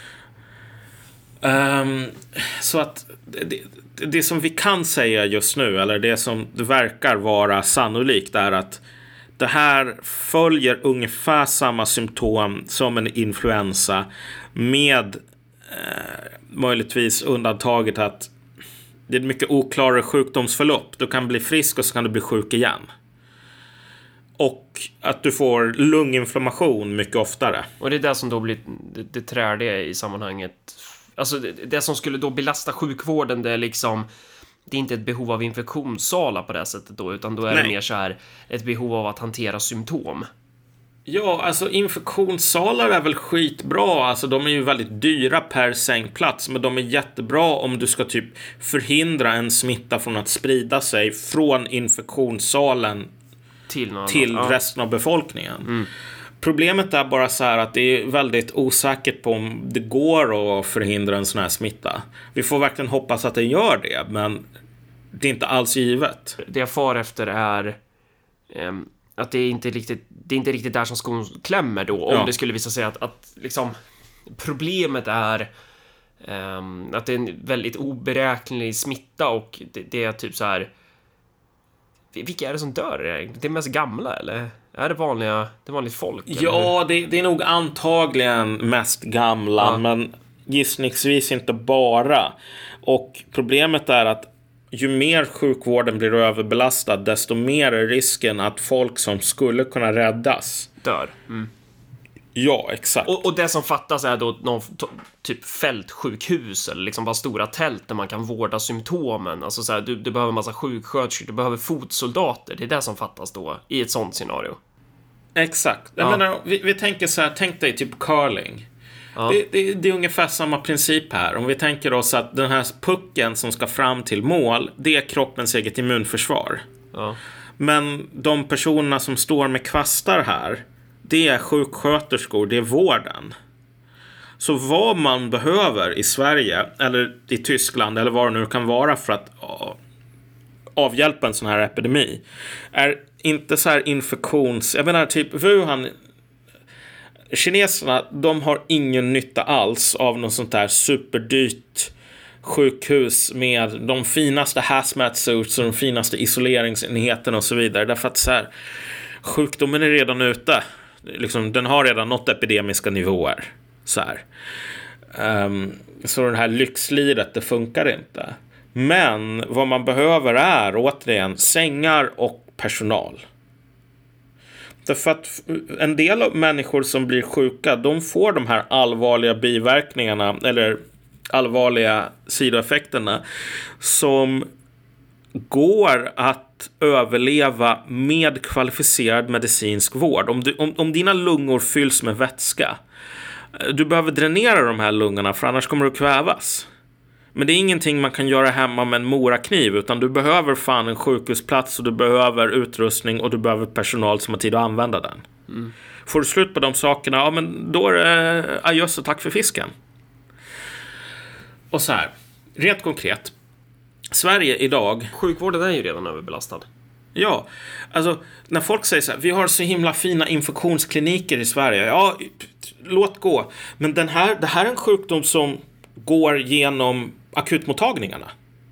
Så att det som vi kan säga just nu, eller det som det verkar vara sannolikt, är att det här följer ungefär samma symptom som en influensa, med möjligtvis undantaget att det är ett mycket oklarare sjukdomsförlopp. Du kan bli frisk och så kan du bli sjuk igen. Och att du får lunginflammation mycket oftare. Och det är det som då blir det trädiga i sammanhanget. Alltså det som skulle då belasta sjukvården, det är liksom, det är inte ett behov av infektionssalar på det sättet då, utan då är det mer så här ett behov av att hantera symptom. Ja, alltså infektionssalar är väl skitbra. Alltså de är ju väldigt dyra per sängplats, men de är jättebra om du ska typ förhindra en smitta från att sprida sig från infektionssalen till resten av befolkningen. Mm. Problemet är bara så här att det är väldigt osäkert på om det går att förhindra en sån här smitta. Vi får verkligen hoppas att det gör det, men det är inte alls givet. Det jag far efter är att det är inte riktigt där som skon klämmer då. Om det skulle visa sig att liksom, problemet är att det är en väldigt oberäknelig smitta, och det är typ så här, vilka är det som dör? Det är mest gamla, eller Är det vanligt folk? Ja, det är nog antagligen mest gamla, men gissningsvis inte bara. Och problemet är att ju mer sjukvården blir överbelastad, desto mer är risken att folk som skulle kunna räddas dör. Ja, exakt. Och det som fattas är då någon typ fältsjukhus eller liksom bara stora tält där man kan vårda symptomen. Alltså så här, du behöver en massa sjuksköterskor, du behöver fotsoldater. Det är det som fattas då i ett sånt scenario. Exakt. Jag menar, vi tänker så här, tänk dig typ curling. Ja. Det är ungefär samma princip här. Om vi tänker oss att den här pucken som ska fram till mål, det är kroppens eget immunförsvar. Ja. Men de personerna som står med kvastar här, det är sjuksköterskor, det är vården. Så vad man behöver i Sverige eller i Tyskland eller vad det nu kan vara för att avhjälpa en sån här epidemi är inte så här jag menar typ Wuhan. Kineserna, de har ingen nytta alls av något sånt där superdyrt sjukhus med de finaste hazmat suits och de finaste isoleringsenheterna och så vidare. Därför att så här, sjukdomen är redan ute. Liksom, den har redan nått epidemiska nivåer. Så här. Så det här lyxliret, det funkar inte. Men vad man behöver är återigen sängar och personal. Därför att en del av människor som blir sjuka, de får de här allvarliga biverkningarna eller allvarliga sidoeffekterna som går att överleva med kvalificerad medicinsk vård. Om dina lungor fylls med vätska, du behöver dränera de här lungorna för annars kommer du kvävas. Men det är ingenting man kan göra hemma med en morakniv, utan du behöver fan en sjukhusplats och du behöver utrustning och du behöver personal som har tid att använda den. Får du slut på de sakerna, ja men då är det adjöss och tack för fisken. Och så här, rent konkret, Sverige idag... Sjukvården är ju redan överbelastad. Ja, alltså när folk säger så här, vi har så himla fina infektionskliniker i Sverige. Ja, låt gå. Men det här är en sjukdom som går genom akutmottagningarna.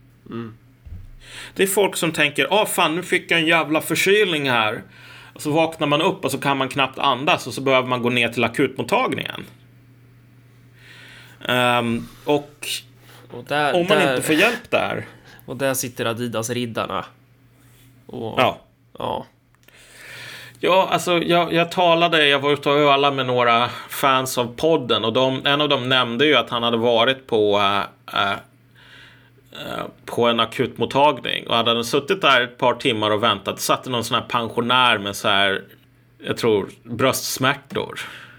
Det är folk som tänker, fan nu fick jag en jävla förkylning här. Och så vaknar man upp och så kan man knappt andas och så behöver man gå ner till akutmottagningen. Och om man inte får hjälp där. Och där sitter Adidas-riddarna. Ja, alltså jag var ute och ölade med några fans av podden och en av dem nämnde ju att han hade varit på en akutmottagning och hade suttit där ett par timmar och väntat. Satt någon sån här pensionär med så här, jag tror, bröstsmärtor.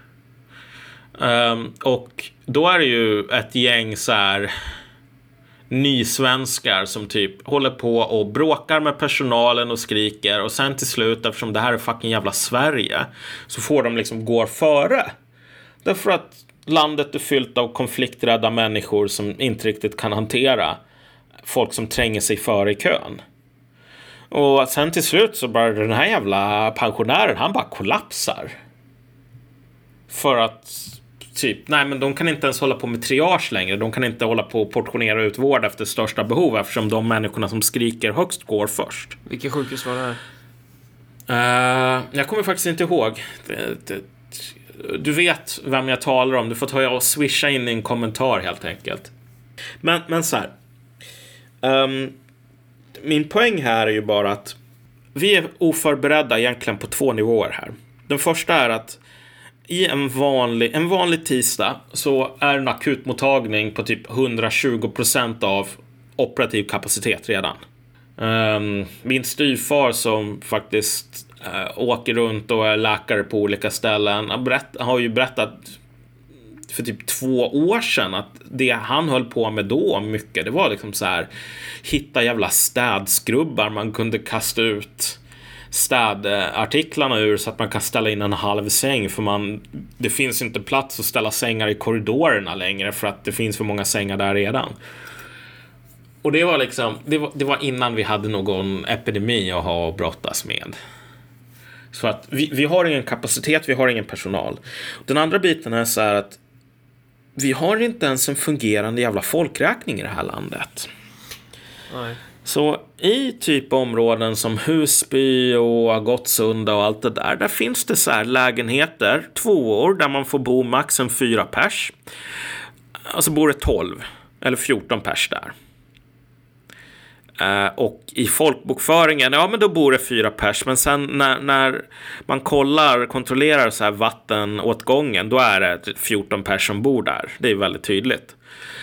Och då är det ju ett gäng så här nysvenskar som typ håller på och bråkar med personalen och skriker, och sen till slut, eftersom det här är fucking jävla Sverige, så får de liksom gå före. Därför att landet är fyllt av konflikträdda människor som inte riktigt kan hantera folk som tränger sig före i kön. Och sen till slut så bara den här jävla pensionären, han bara kollapsar. För att typ, nej men de kan inte ens hålla på med triage längre. De kan inte hålla på och portionera ut vård efter största behov, eftersom de människorna som skriker högst går först. Vilket sjukhus var det här? Jag kommer faktiskt inte ihåg. Du vet vem jag talar om. Du får ta och swisha in i en kommentar helt enkelt. Men så här. Min poäng här är ju bara att vi är oförberedda egentligen på 2 nivåer här. Den första är att i en vanlig tisdag så är en akutmottagning på typ 120% av operativ kapacitet redan. Min styvfar som faktiskt åker runt och är läkare på olika ställen har ju berättat för typ 2 år sedan att det han höll på med då mycket, det var liksom så här, hitta jävla städskrubbar man kunde kasta ut städartiklarna ur så att man kan ställa in en halv säng, för det finns inte plats att ställa sängar i korridorerna längre för att det finns för många sängar där redan. Och det var liksom det var innan vi hade någon epidemi att ha att brottas med. Så att vi har ingen kapacitet, vi har ingen personal. Den andra biten är så här att vi har inte ens en fungerande jävla folkräkning i det här landet. Nej. Så i typ områden som Husby och Gottsunda och allt det där finns det så här lägenheter, 2-or, där man får bo max en 4 pers. Alltså bor det 12 eller 14 pers där. Och i folkbokföringen, ja men då bor det 4 pers. Men sen när man kontrollerar så här vattenåtgången, då är det 14 pers som bor där. Det är väldigt tydligt.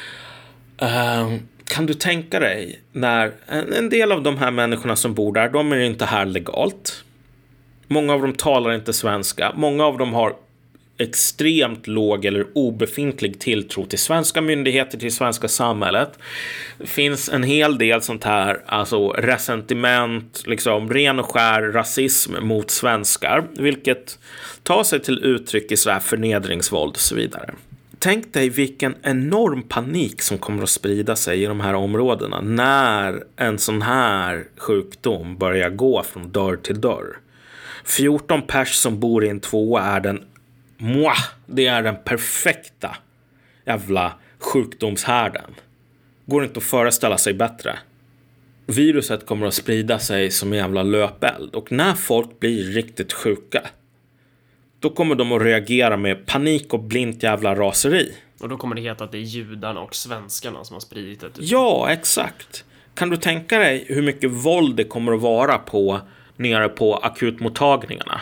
Kan du tänka dig när en del av de här människorna som bor där, de är inte här legalt. Många av dem talar inte svenska. Många av dem har extremt låg eller obefintlig tilltro till svenska myndigheter, till svenska samhället. Det finns en hel del sånt här, alltså resentiment, liksom ren och skär rasism mot svenskar, vilket tar sig till uttryck i så här förnedringsvåld och så vidare. Tänk dig vilken enorm panik som kommer att sprida sig i de här områdena när en sån här sjukdom börjar gå från dörr till dörr. 14 pers som bor i en 2 är det är den perfekta jävla sjukdomshärden. Går inte att föreställa sig bättre. Viruset kommer att sprida sig som en jävla löpeld. Och när folk blir riktigt sjuka, då kommer de att reagera med panik och blint jävla raseri. Och då kommer det heta att det är judarna och svenskarna som har spridit det. Ja, exakt. Kan du tänka dig hur mycket våld det kommer att vara nere på akutmottagningarna?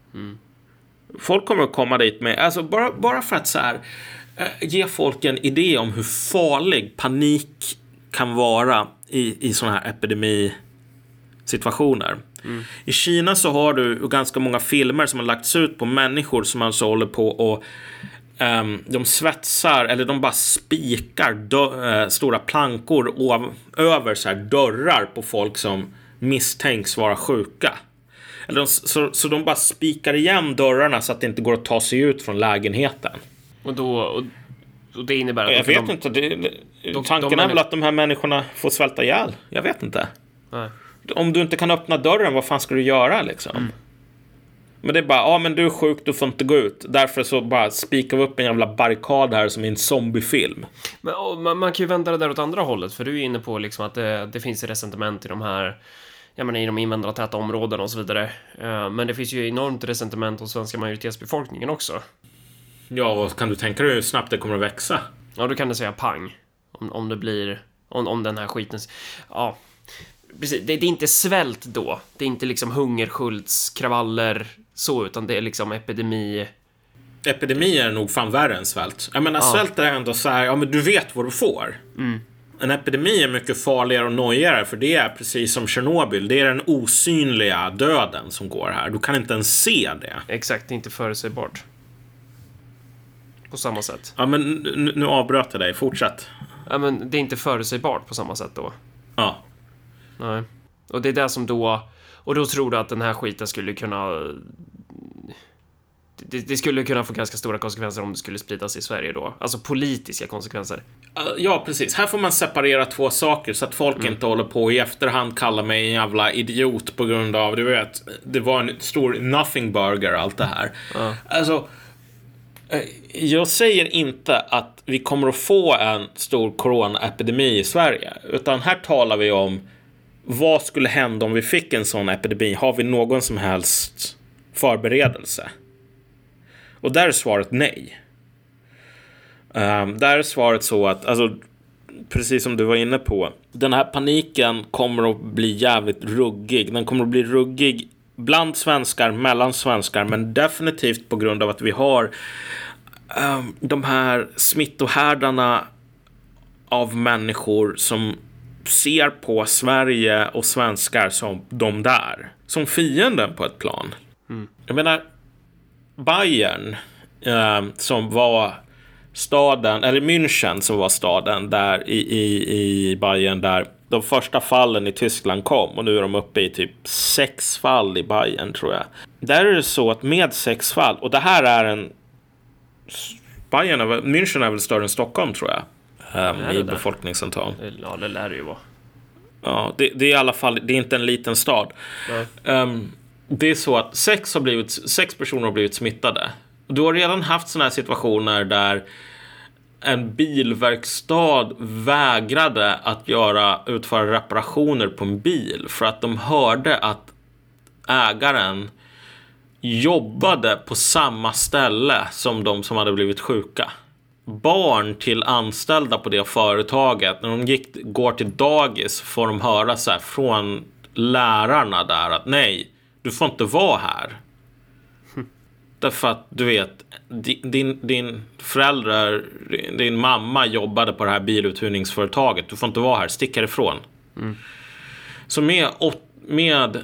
Folk kommer att komma dit med, alltså bara för att så här, ge folk en idé om hur farlig panik kan vara i såna här epidemisituationer. I Kina så har du ganska många filmer som har lagts ut på människor som alltså håller på och de svetsar eller de bara spikar stora plankor över så här dörrar på folk som misstänks vara sjuka. Eller så de bara spikar igen dörrarna så att det inte går att ta sig ut från lägenheten. Och det innebär att... Jag vet inte. Tanken är väl att de här människorna får svälta ihjäl. Jag vet inte. Nej. Om du inte kan öppna dörren, vad fan ska du göra liksom? Men det är bara, men du är sjuk, du får inte gå ut. Därför så bara spikar vi upp en jävla barrikad här som i en zombiefilm. Men man kan ju vända det där åt andra hållet. För du är inne på liksom att det finns resentiment i de här... Jag menar, i de invandrartäta områdena och så vidare. Men det finns ju enormt resentiment hos svenska majoritetsbefolkningen också. Ja, vad kan du tänka dig hur snabbt det kommer att växa? Ja, då kan du säga pang. Om det blir... Om den här skiten... Ja, precis. Det är inte svält då. Det är inte liksom hungersköldskravaller så, utan det är liksom epidemi. Epidemi är nog fan värre än svält. Jag menar, svält är ändå så här, men du vet vad du får. En epidemi är mycket farligare och nojigare, för det är precis som Tjernobyl. Det är den osynliga döden som går här. Du kan inte ens se det. Exakt, det är inte förutsägbart. På samma sätt. Ja, men nu avbröt jag dig. Fortsätt. Ja, men det är inte förutsägbart på samma sätt då. Ja. Nej. Och det är det som då... Och då tror du att den här skiten skulle kunna... Det skulle kunna få ganska stora konsekvenser om det skulle spridas i Sverige då. Alltså politiska konsekvenser. Ja, precis. Här får man separera 2 saker så att folk inte håller på i efterhand kallar mig en jävla idiot på grund av, du vet, det var en stor nothing burger allt det här. Alltså, jag säger inte att vi kommer att få en stor coronaepidemi i Sverige, utan här talar vi om vad skulle hända om vi fick en sån epidemi. Har vi någon som helst förberedelse? Och där är svaret nej. Där är svaret så att, alltså, precis som du var inne på, den här paniken kommer att bli jävligt ruggig. Den kommer att bli ruggig bland svenskar, mellan svenskar, men definitivt på grund av att vi har de här smittohärdarna av människor som ser på Sverige och svenskar som de där, som fienden på ett plan. Jag menar, Bayern som var staden, eller München som var staden där i Bayern där de första fallen i Tyskland kom, och nu är de uppe i typ 6 fall i Bayern, tror jag. Där är det så att med 6 fall, och det här är München är väl större än Stockholm, tror jag, i befolkningsantal. Ja, det lär det ju vara. Ja, det är i alla fall, det är inte en liten stad. Det är så att 6 personer har blivit smittade. Du har redan haft såna här situationer där en bilverkstad vägrade att utföra reparationer på en bil för att de hörde att ägaren jobbade på samma ställe som de som hade blivit sjuka. Barn till anställda på det företaget, när de går till dagis, får de höra så här från lärarna där att nej, du får inte vara här. Därför att du vet, din föräldrar, din mamma jobbade på det här biluthyrningsföretaget. Du får inte vara här, stick härifrån. Så med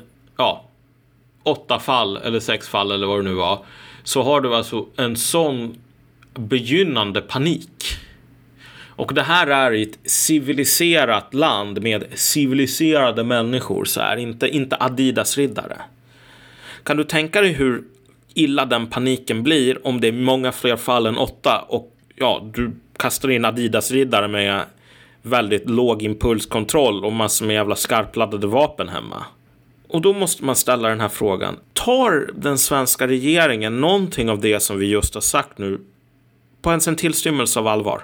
8 fall eller 6 fall eller vad det nu var, så har du alltså en sån begynnande panik. Och det här är ett civiliserat land med civiliserade människor, så här, inte Adidas-riddare. Kan du tänka dig hur illa den paniken blir om det är många fler fall än 8 och du kastar in Adidas-riddare med väldigt låg impulskontroll och massor med jävla skarpladdade vapen hemma? Och då måste man ställa den här frågan: tar den svenska regeringen någonting av det som vi just har sagt nu på ens en tillstymmelse av allvar?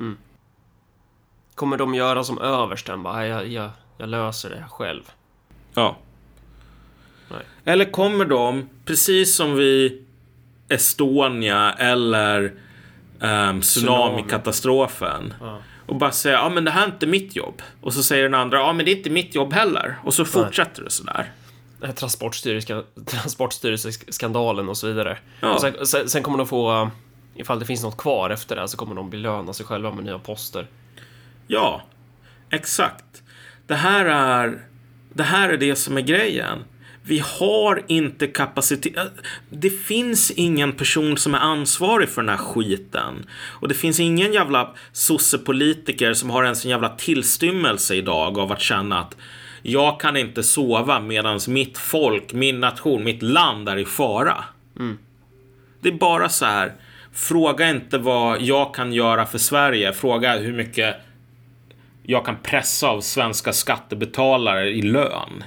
Kommer de göra som översten? Bara, jag löser det själv. Ja. Nej. Eller kommer de, precis som vid Estonia eller tsunami-katastrofen, och bara säga, men det här är inte mitt jobb. Och så säger den andra, men det är inte mitt jobb heller. Och så fortsätter det sådär. Transportstyrelseskandalen och så vidare. Ja. Och sen kommer de få, ifall det finns något kvar efter det, så kommer de belöna sig själva med nya poster. Ja, exakt. Det här är det som är grejen. Vi har inte kapacitet. Det finns ingen person som är ansvarig för den här skiten. Och det finns ingen jävla sossepolitiker som har ens en jävla tillstymmelse idag av att känna att jag kan inte sova medan mitt folk, min nation, mitt land är i fara. Det är bara så här: fråga inte vad jag kan göra för Sverige. Fråga hur mycket jag kan pressa av svenska skattebetalare i lön.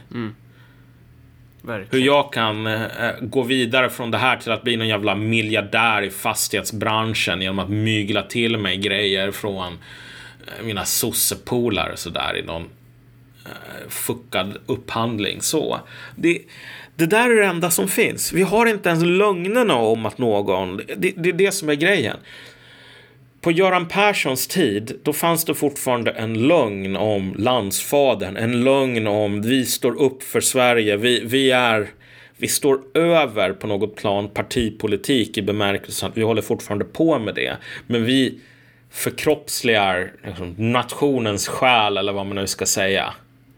Hur jag kan gå vidare från det här till att bli någon jävla miljardär i fastighetsbranschen genom att mygla till mig grejer från mina sossepolare så där i någon fuckad upphandling. Så det där är det enda som finns. Vi har inte ens lögnerna om att någon, det är det som är grejen. På Göran Perssons tid, då fanns det fortfarande en lögn om landsfadern. En lögn om vi står upp för Sverige. Vi står över på något plan partipolitik i bemärkelsen att vi håller fortfarande på med det. Men vi förkroppsligar liksom nationens själ, eller vad man nu ska säga.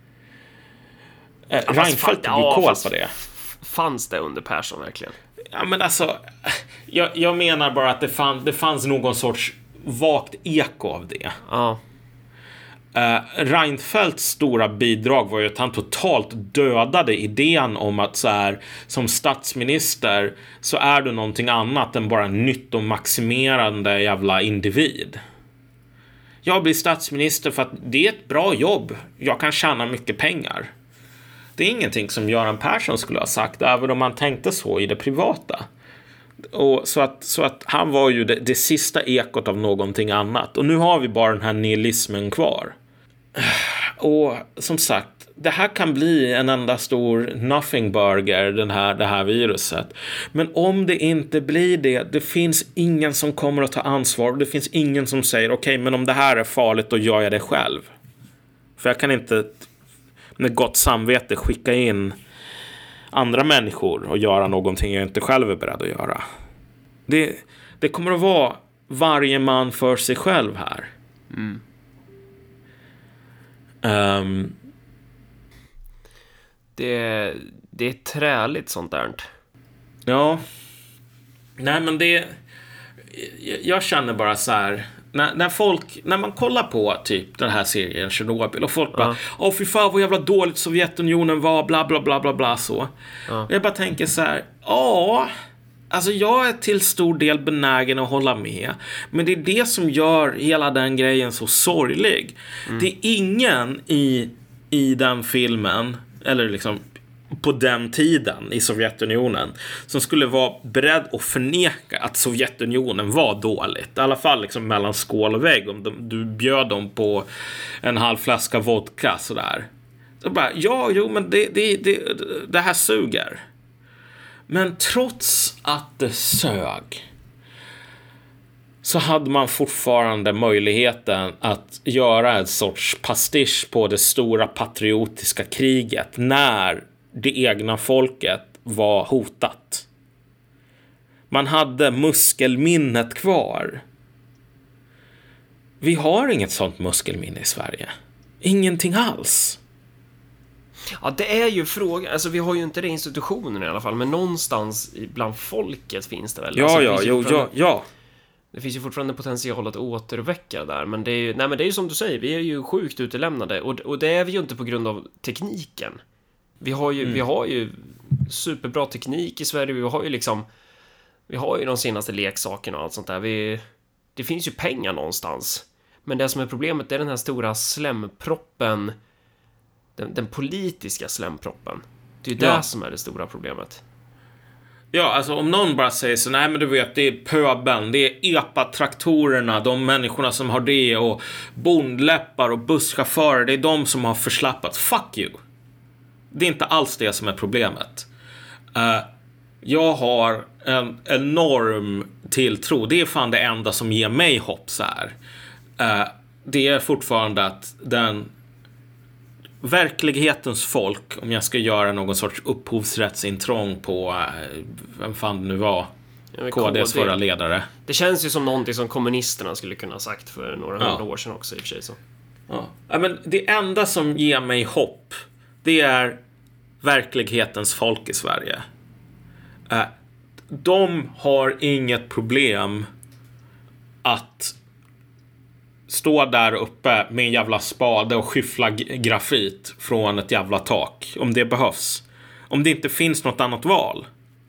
Reinfeldt tog ju koll på det. Fanns det under Persson verkligen? Ja, men alltså, jag menar bara att det fanns någon sorts vagt eko av det. Ja. Reinfeldts stora bidrag var ju att han totalt dödade idén om att så här, som statsminister så är du någonting annat än bara en nyttomaximerande jävla individ. Jag blir statsminister för att det är ett bra jobb. Jag kan tjäna mycket pengar. Det är ingenting som Göran Persson skulle ha sagt, även om man tänkte så i det privata. Och så att han var ju det sista ekot av någonting annat. Och nu har vi bara den här nihilismen kvar. Och som sagt, det här kan bli en enda stor nothing burger, det här viruset. Men om det inte blir det finns ingen som kommer att ta ansvar. Det finns ingen som säger okej, men om det här är farligt, då gör jag det själv. För jag kan inte med gott samvete skicka in andra människor och göra någonting jag inte själv är beredd att göra. Det kommer att vara varje man för sig själv här. Det är träligt sånt där. Ja. Nej, men jag känner bara så här, när man kollar på typ den här serien Chernobyl och folk bara, fy fan vad jävla dåligt Sovjetunionen var, bla bla bla bla bla så. Jag bara tänker så här, alltså jag är till stor del benägen att hålla med, men det är det som gör hela den grejen så sorglig. Det är ingen i den filmen, eller liksom på den tiden i Sovjetunionen som skulle vara beredd att förneka att Sovjetunionen var dåligt. I alla fall liksom mellan skål och vägg. Om du bjöd dem på en halv flaska vodka sådär. Så bara, men det här suger. Men trots att det sög så hade man fortfarande möjligheten att göra en sorts pastisch på det stora patriotiska kriget när det egna folket var hotat. Man hade muskelminnet kvar. Vi har inget sånt muskelminne i Sverige. Ingenting alls. Ja, det är ju frågan. Alltså, vi har ju inte det institutionen i alla fall, men någonstans bland folket finns det väl. Ja. Det finns ju fortfarande potential att återväcka där, men det är ju, men det är ju som du säger, vi är ju sjukt utelämnade och det är vi ju inte på grund av tekniken. Vi har ju superbra teknik i Sverige, vi har ju de senaste leksakerna och allt sånt där. Det finns ju pengar någonstans. Men det som är problemet är den här stora slemproppen, den politiska slemproppen. Det är ju det som är det stora problemet. Ja, alltså om någon bara säger så, nej men du vet, det är pöbeln, det är epatraktorerna, de människorna som har det, och bondläppar och busschaufförer, det är de som har förslappat. Fuck you. Det är inte alls det som är problemet. Jag har en enorm tilltro. Det är fan det enda som ger mig hopp så här. Det är fortfarande att den verklighetens folk, om jag ska göra någon sorts upphovsrättsintrång på vem fan det nu var, KDs förra ledare. Det känns ju som någonting som kommunisterna skulle kunna ha sagt för några hundra år sedan också i och för sig så. Ja, men det enda som ger mig hopp, det är verklighetens folk i Sverige. De har inget problem att stå där uppe med en jävla spade och skyffla grafit från ett jävla tak om det behövs. Om det inte finns något annat val.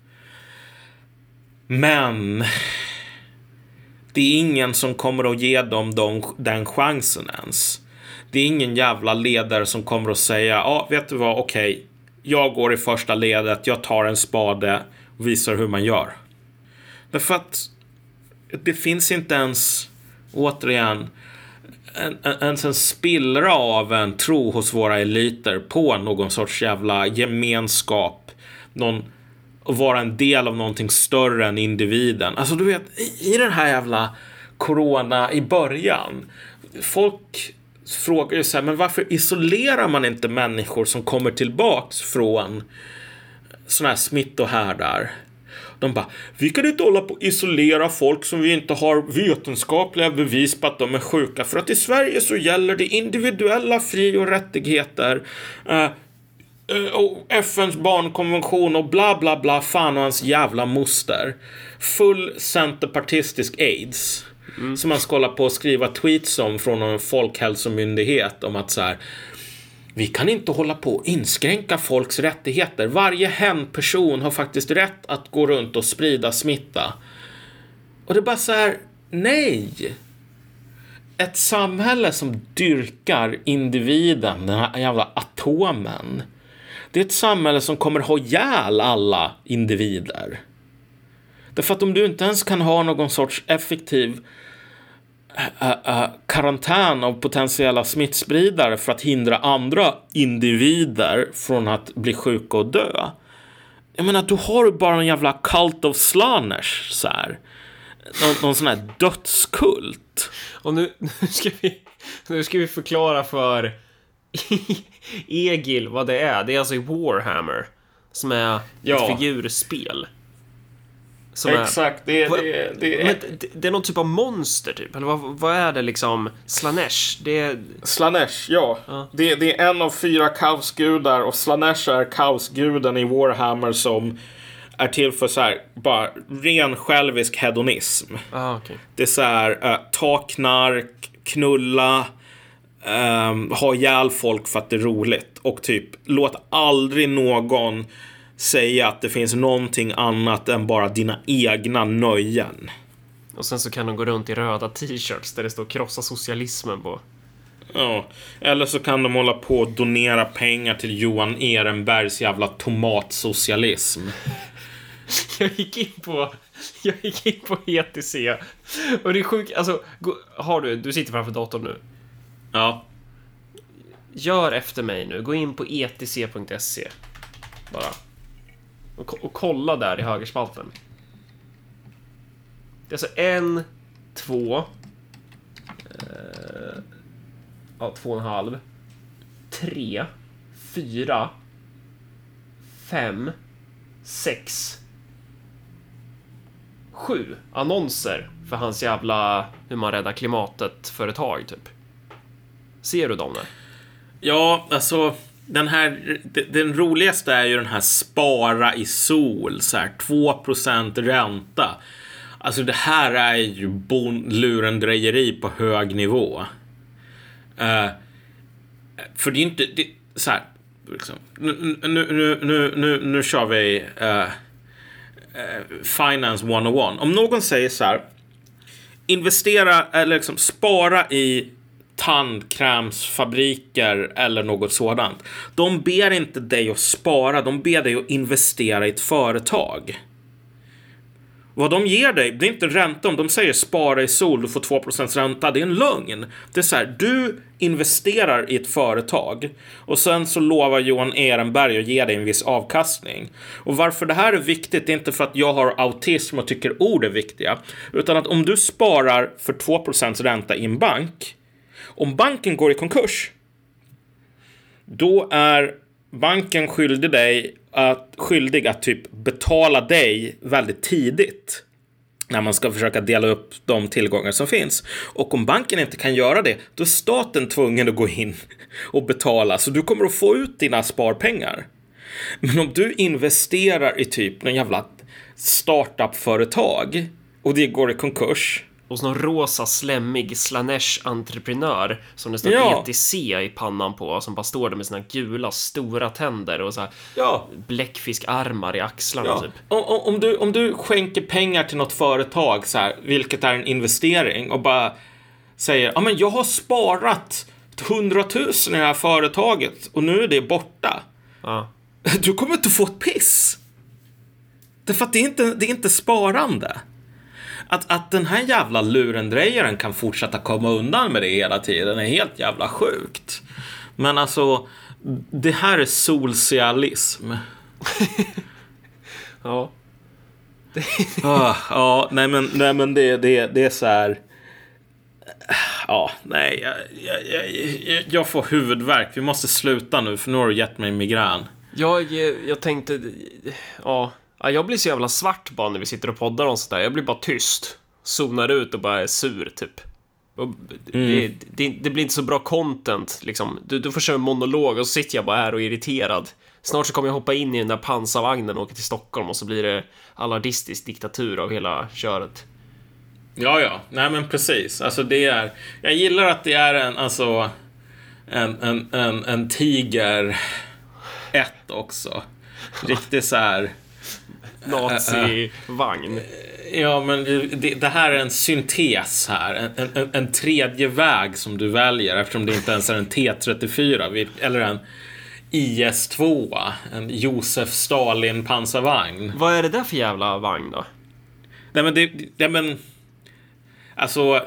Men det är ingen som kommer att ge dem den chansen ens. Det är ingen jävla ledare som kommer att säga, vet du vad, okej, jag går i första ledet, jag tar en spade och visar hur man gör. Därför att det finns inte ens, återigen, ens en spillra av en tro hos våra eliter på någon sorts jävla gemenskap, att vara en del av någonting större än individen. Alltså du vet, i den här jävla corona i början, folk frågar ju så här, men varför isolerar man inte människor som kommer tillbaks från såna här smittohärdar? De bara, vi kan inte hålla på att isolera folk som vi inte har vetenskapliga bevis på att de är sjuka. För att i Sverige så gäller det individuella fri- och rättigheter. Och FNs barnkonvention och bla bla bla, fan och hans jävla moster. Full centerpartistisk AIDS. Som man ska hålla på att skriva tweets om från en folkhälsomyndighet om att så här, vi kan inte hålla på att inskränka folks rättigheter. Varje person har faktiskt rätt att gå runt och sprida smitta. Och det är bara så här, nej. Ett samhälle som dyrkar individen, den här jävla atomen, det är ett samhälle som kommer ha ihjäl alla individer. Därför att om du inte ens kan ha någon sorts effektiv karantän av potentiella smittspridare för att hindra andra individer från att bli sjuka och dö. Jag menar, du har bara en jävla cult of slanners så här. Någon sån här dödskult. Och nu ska vi förklara för Egil vad det är. Det är alltså i Warhammer, som är ett figurspel. Exakt, det är någon typ av monster typ. Eller vad är det liksom? Slanesh, Slanesh, ja. Det är en av 4 kaosgudar, och Slanesh är kaosguden i Warhammer som är till för så här, bara ren självisk hedonism. Okay. Det är så här, ta knark, knulla, ha ihjäl folk för att det är roligt, och typ låt aldrig någon säga att det finns någonting annat än bara dina egna nöjen. Och sen så kan de gå runt i röda t-shirts där det står krossa socialismen på. Ja. Eller så kan de hålla på och donera pengar till Johan Ehrenbergs jävla tomatsocialism. Jag gick in på ETC. Och det är sjukt, alltså, du sitter framför datorn nu. Ja. Gör efter mig nu, gå in på etc.se. Bara. Och kolla där i högerspalten. Det är alltså 1, 2, 2,5, 3, 4, 5, 6, 7 annonser för hans jävla hur man räddar klimatet-företag typ. Ser du dem där? Ja, alltså den roligaste är ju den här spara i sol, så här 2% ränta. Alltså det här är ju lurendrejeri på hög nivå. För det är inte så här liksom, nu kör vi Finance 101. Om någon säger så här, investera eller liksom spara i tandkrämsfabriker eller något sådant. De ber inte dig att spara, de ber dig att investera i ett företag. Vad de ger dig, det är inte ränta. Om de säger spara i sol, du får 2% ränta, det är en lögn. Det är så här, du investerar i ett företag och sen så lovar Johan Ehrenberg att ge dig en viss avkastning. Och varför det här är viktigt är inte för att jag har autism och tycker ord är viktiga, utan att om du sparar för 2% ränta i en bank, om banken går i konkurs, då är banken skyldig att typ betala dig väldigt tidigt när man ska försöka dela upp de tillgångar som finns. Och om banken inte kan göra det, då är staten tvungen att gå in och betala. Så du kommer att få ut dina sparpengar. Men om du investerar i typ någon jävla startup-företag och det går i konkurs, och sån rosa slemmig Slanesh-entreprenör som det står ETC i pannan på, som bara står där med sina gula stora tänder och så här bläckfiskarmar i axlarna typ. Om du skänker pengar till något företag så här, vilket är en investering, och bara säger, ja men jag har sparat 100 000 i det här företaget och nu är det borta. Ja. Du kommer inte få ett piss. Därför att det är inte sparande. Att den här jävla lurendrejaren kan fortsätta komma undan med det hela tiden är helt jävla sjukt. Men alltså, det här är socialism. Ja. Nej men det är så här. Ja, nej, jag får huvudvärk. Vi måste sluta nu, för nu har du gett mig migrän. Jag tänkte, jag blir så jävla svart bara när vi sitter och poddar och sådär. Jag blir bara tyst, zonar ut och bara är sur typ. Och det blir inte så bra content liksom. Du får köra en monolog och så sitter jag bara här och är irriterad. Snart så kommer jag hoppa in i den där pansarvagnen och åka till Stockholm, och så blir det alardistisk diktatur av hela köret. Ja, nej men precis. Alltså det är, jag gillar att det är en tiger 1 också. Riktigt så här nazi-vagn. Ja, men det här är en syntes här. En tredje väg som du väljer, eftersom det inte ens är en T34 eller en IS-2, en Josef Stalin pansarvagn. Vad är det där för jävla vagn då? Nej men alltså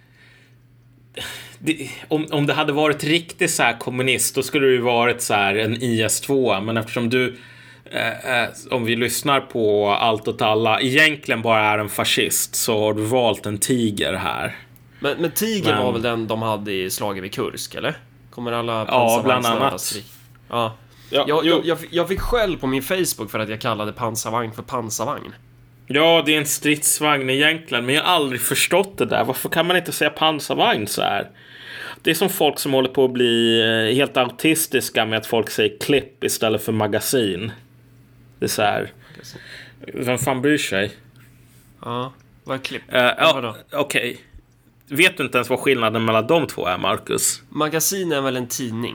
om det hade varit riktigt så här kommunist, då skulle det ju varit så här en IS-2, men eftersom du om vi lyssnar på allt och alla egentligen bara är en fascist, så har du valt en tiger här. Men tiger var väl den de hade i slaget vid Kursk, eller? Kommer alla bland annat. Ja. Jag fick skäll på min Facebook för att jag kallade pansarvagn för pansarvagn. Ja, det är en stridsvagn egentligen, men jag har aldrig förstått det där. Varför kan man inte säga pansarvagn så här? Det är som folk som håller på att bli helt autistiska med att folk säger klipp istället för magasin. Det är så här. Vem fan bryr sig? Ja, vad är klipp? Okej. Vet du inte ens vad skillnaden mellan de två är, Marcus? Magasin är väl en tidning?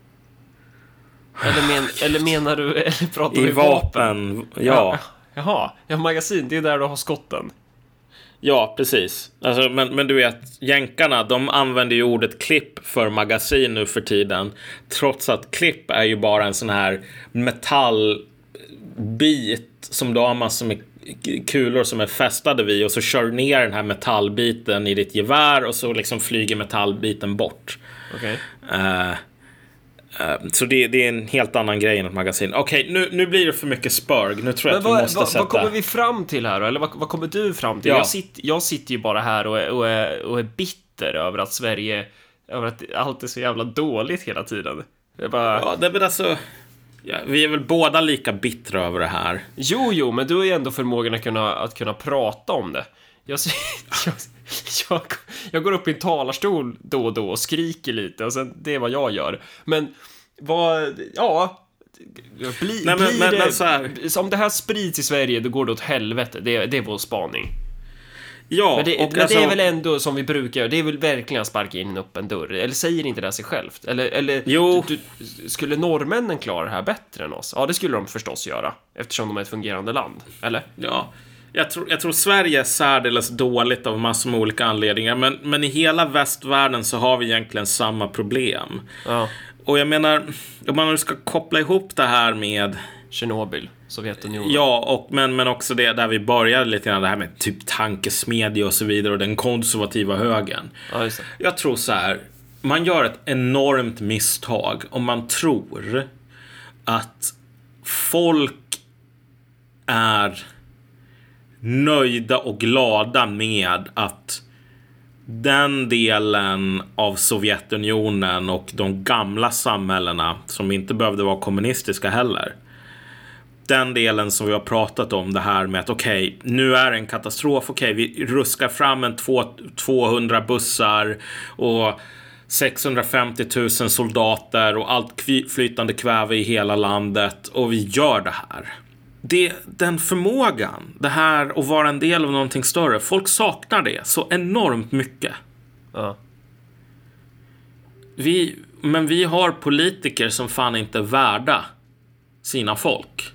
Eller menar du, eller pratar i vi vapen? Ja. Jaha, magasin, det är där du har skotten. Ja, precis. Alltså, men du vet, jänkarna, de använder ju ordet klipp för magasin nu för tiden. Trots att klipp är ju bara en sån här metallbit som du har massor med kulor som är fästade vid, och så kör ner den här metallbiten i ditt gevär och så liksom flyger metallbiten bort. Okej. Så det är en helt annan grej än ett magasin. Okej, nu blir det för mycket spörg. Nu tror jag att vi måste sätta... Vad kommer vi fram till här då? Eller vad kommer du fram till? Ja. Jag sitter ju bara här och är bitter över att Sverige... Över att allt är så jävla dåligt hela tiden. Det är bara... Ja, det är alltså... Ja, vi är väl båda lika bittra över det här. Jo, men du har ju ändå förmågan att kunna prata om det. Jag går upp i en talarstol då och då och skriker lite, och sen det är vad jag gör. Men vad, ja, men så här. Om det här sprids i Sverige, då går det åt helvete. Det är vår spaning. Ja, men det alltså, är väl ändå som vi brukar. Det är väl verkligen att sparka in en öppen dörr. Eller säger inte det sig självt? Eller jo. Skulle norrmännen klara det här bättre än oss? Ja, det skulle de förstås göra, eftersom de är ett fungerande land. Eller? Ja. Jag tror Sverige är särdeles dåligt av massor med olika anledningar. Men i hela västvärlden så har vi egentligen samma problem. Ja. Och jag menar, om man ska koppla ihop det här med Tjernobyl, Sovjetunionen. Ja, men också det där vi började lite grann, det här med typ tankesmedja och så vidare, och den konservativa högern. Ja, just det. Jag tror så här, man gör ett enormt misstag om man tror att folk är nöjda och glada med att den delen av Sovjetunionen och de gamla samhällena, som inte behövde vara kommunistiska heller, den delen som vi har pratat om, det här med att okej, nu är det en katastrof, okej, vi ruskar fram en 200 bussar och 650 000 soldater och allt flytande kväve i hela landet, och vi gör det här. Den förmågan, det här att vara en del av någonting större, folk saknar det så enormt mycket. Ja. Men vi har politiker som fan inte är värda sina folk.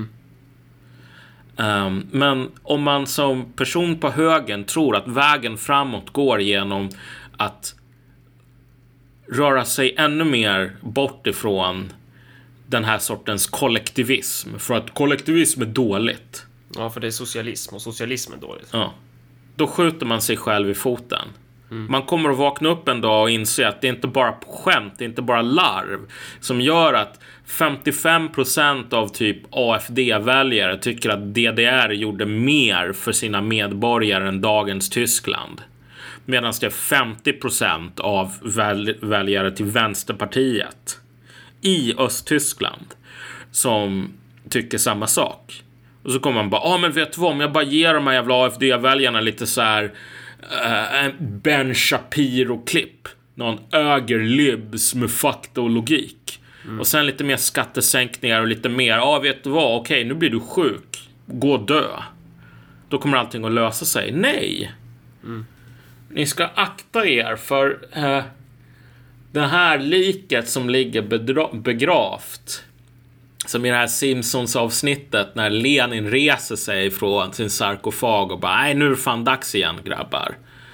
Men om man som person på högen tror att vägen framåt går genom att röra sig ännu mer bort ifrån den här sortens kollektivism, för att kollektivism är dåligt. Ja, för det är socialism, och socialism är dåligt. Ja. Då skjuter man sig själv i foten. Man kommer att vakna upp en dag och inse att det är inte bara skämt, det är inte bara larv som gör att 55% av typ AFD-väljare tycker att DDR gjorde mer för sina medborgare än dagens Tyskland. Medan det är 50% av väljare till Vänsterpartiet i Östtyskland som tycker samma sak. Och så kommer man bara, men vet du vad, om jag bara ger de här jävla AFD-väljarna lite så här Ben Shapiro-klipp, någon ögerlibs med fakta och logik, och sen lite mer skattesänkningar och lite mer, vet du vad, okej, nu blir du sjuk, gå och dö, då kommer allting att lösa sig. Nej, ni ska akta er för det här liket som ligger begravt, som i det här Simpsons-avsnittet när Lenin reser sig från sin sarkofag och bara, nej, nu är det fan dags igen, grabbar.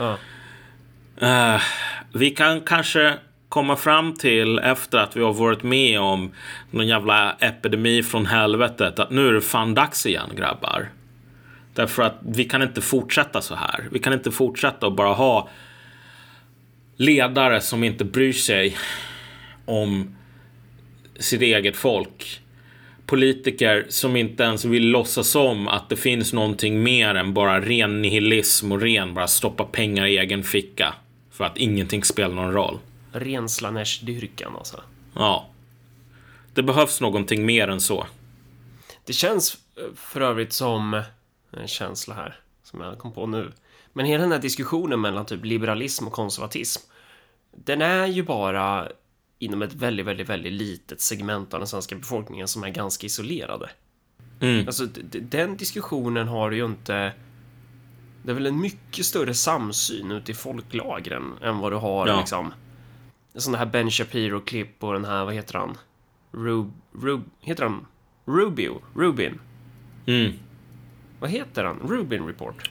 Vi kan kanske komma fram till, efter att vi har varit med om någon jävla epidemi från helvetet, att nu är det fan dags igen, grabbar. Därför att vi kan inte fortsätta så här. Vi kan inte fortsätta att bara ha ledare som inte bryr sig om sitt eget folk. Politiker som inte ens vill låtsas om att det finns någonting mer än bara ren nihilism och bara stoppa pengar i egen ficka för att ingenting spelar någon roll. Ren Slanesh-dyrkan alltså. Ja. Det behövs någonting mer än så. Det känns för övrigt som en känsla här som jag kom på nu. Men hela den här diskussionen mellan typ liberalism och konservatism, den är ju bara inom ett väldigt, väldigt, väldigt litet segment av den svenska befolkningen som är ganska isolerade. Alltså den diskussionen har ju inte... Det är väl en mycket större samsyn ute i folklagren än vad du har liksom... Sån här Ben Shapiro-klipp och den här, vad heter han? Heter han Rubin? Vad heter han? Rubin Report?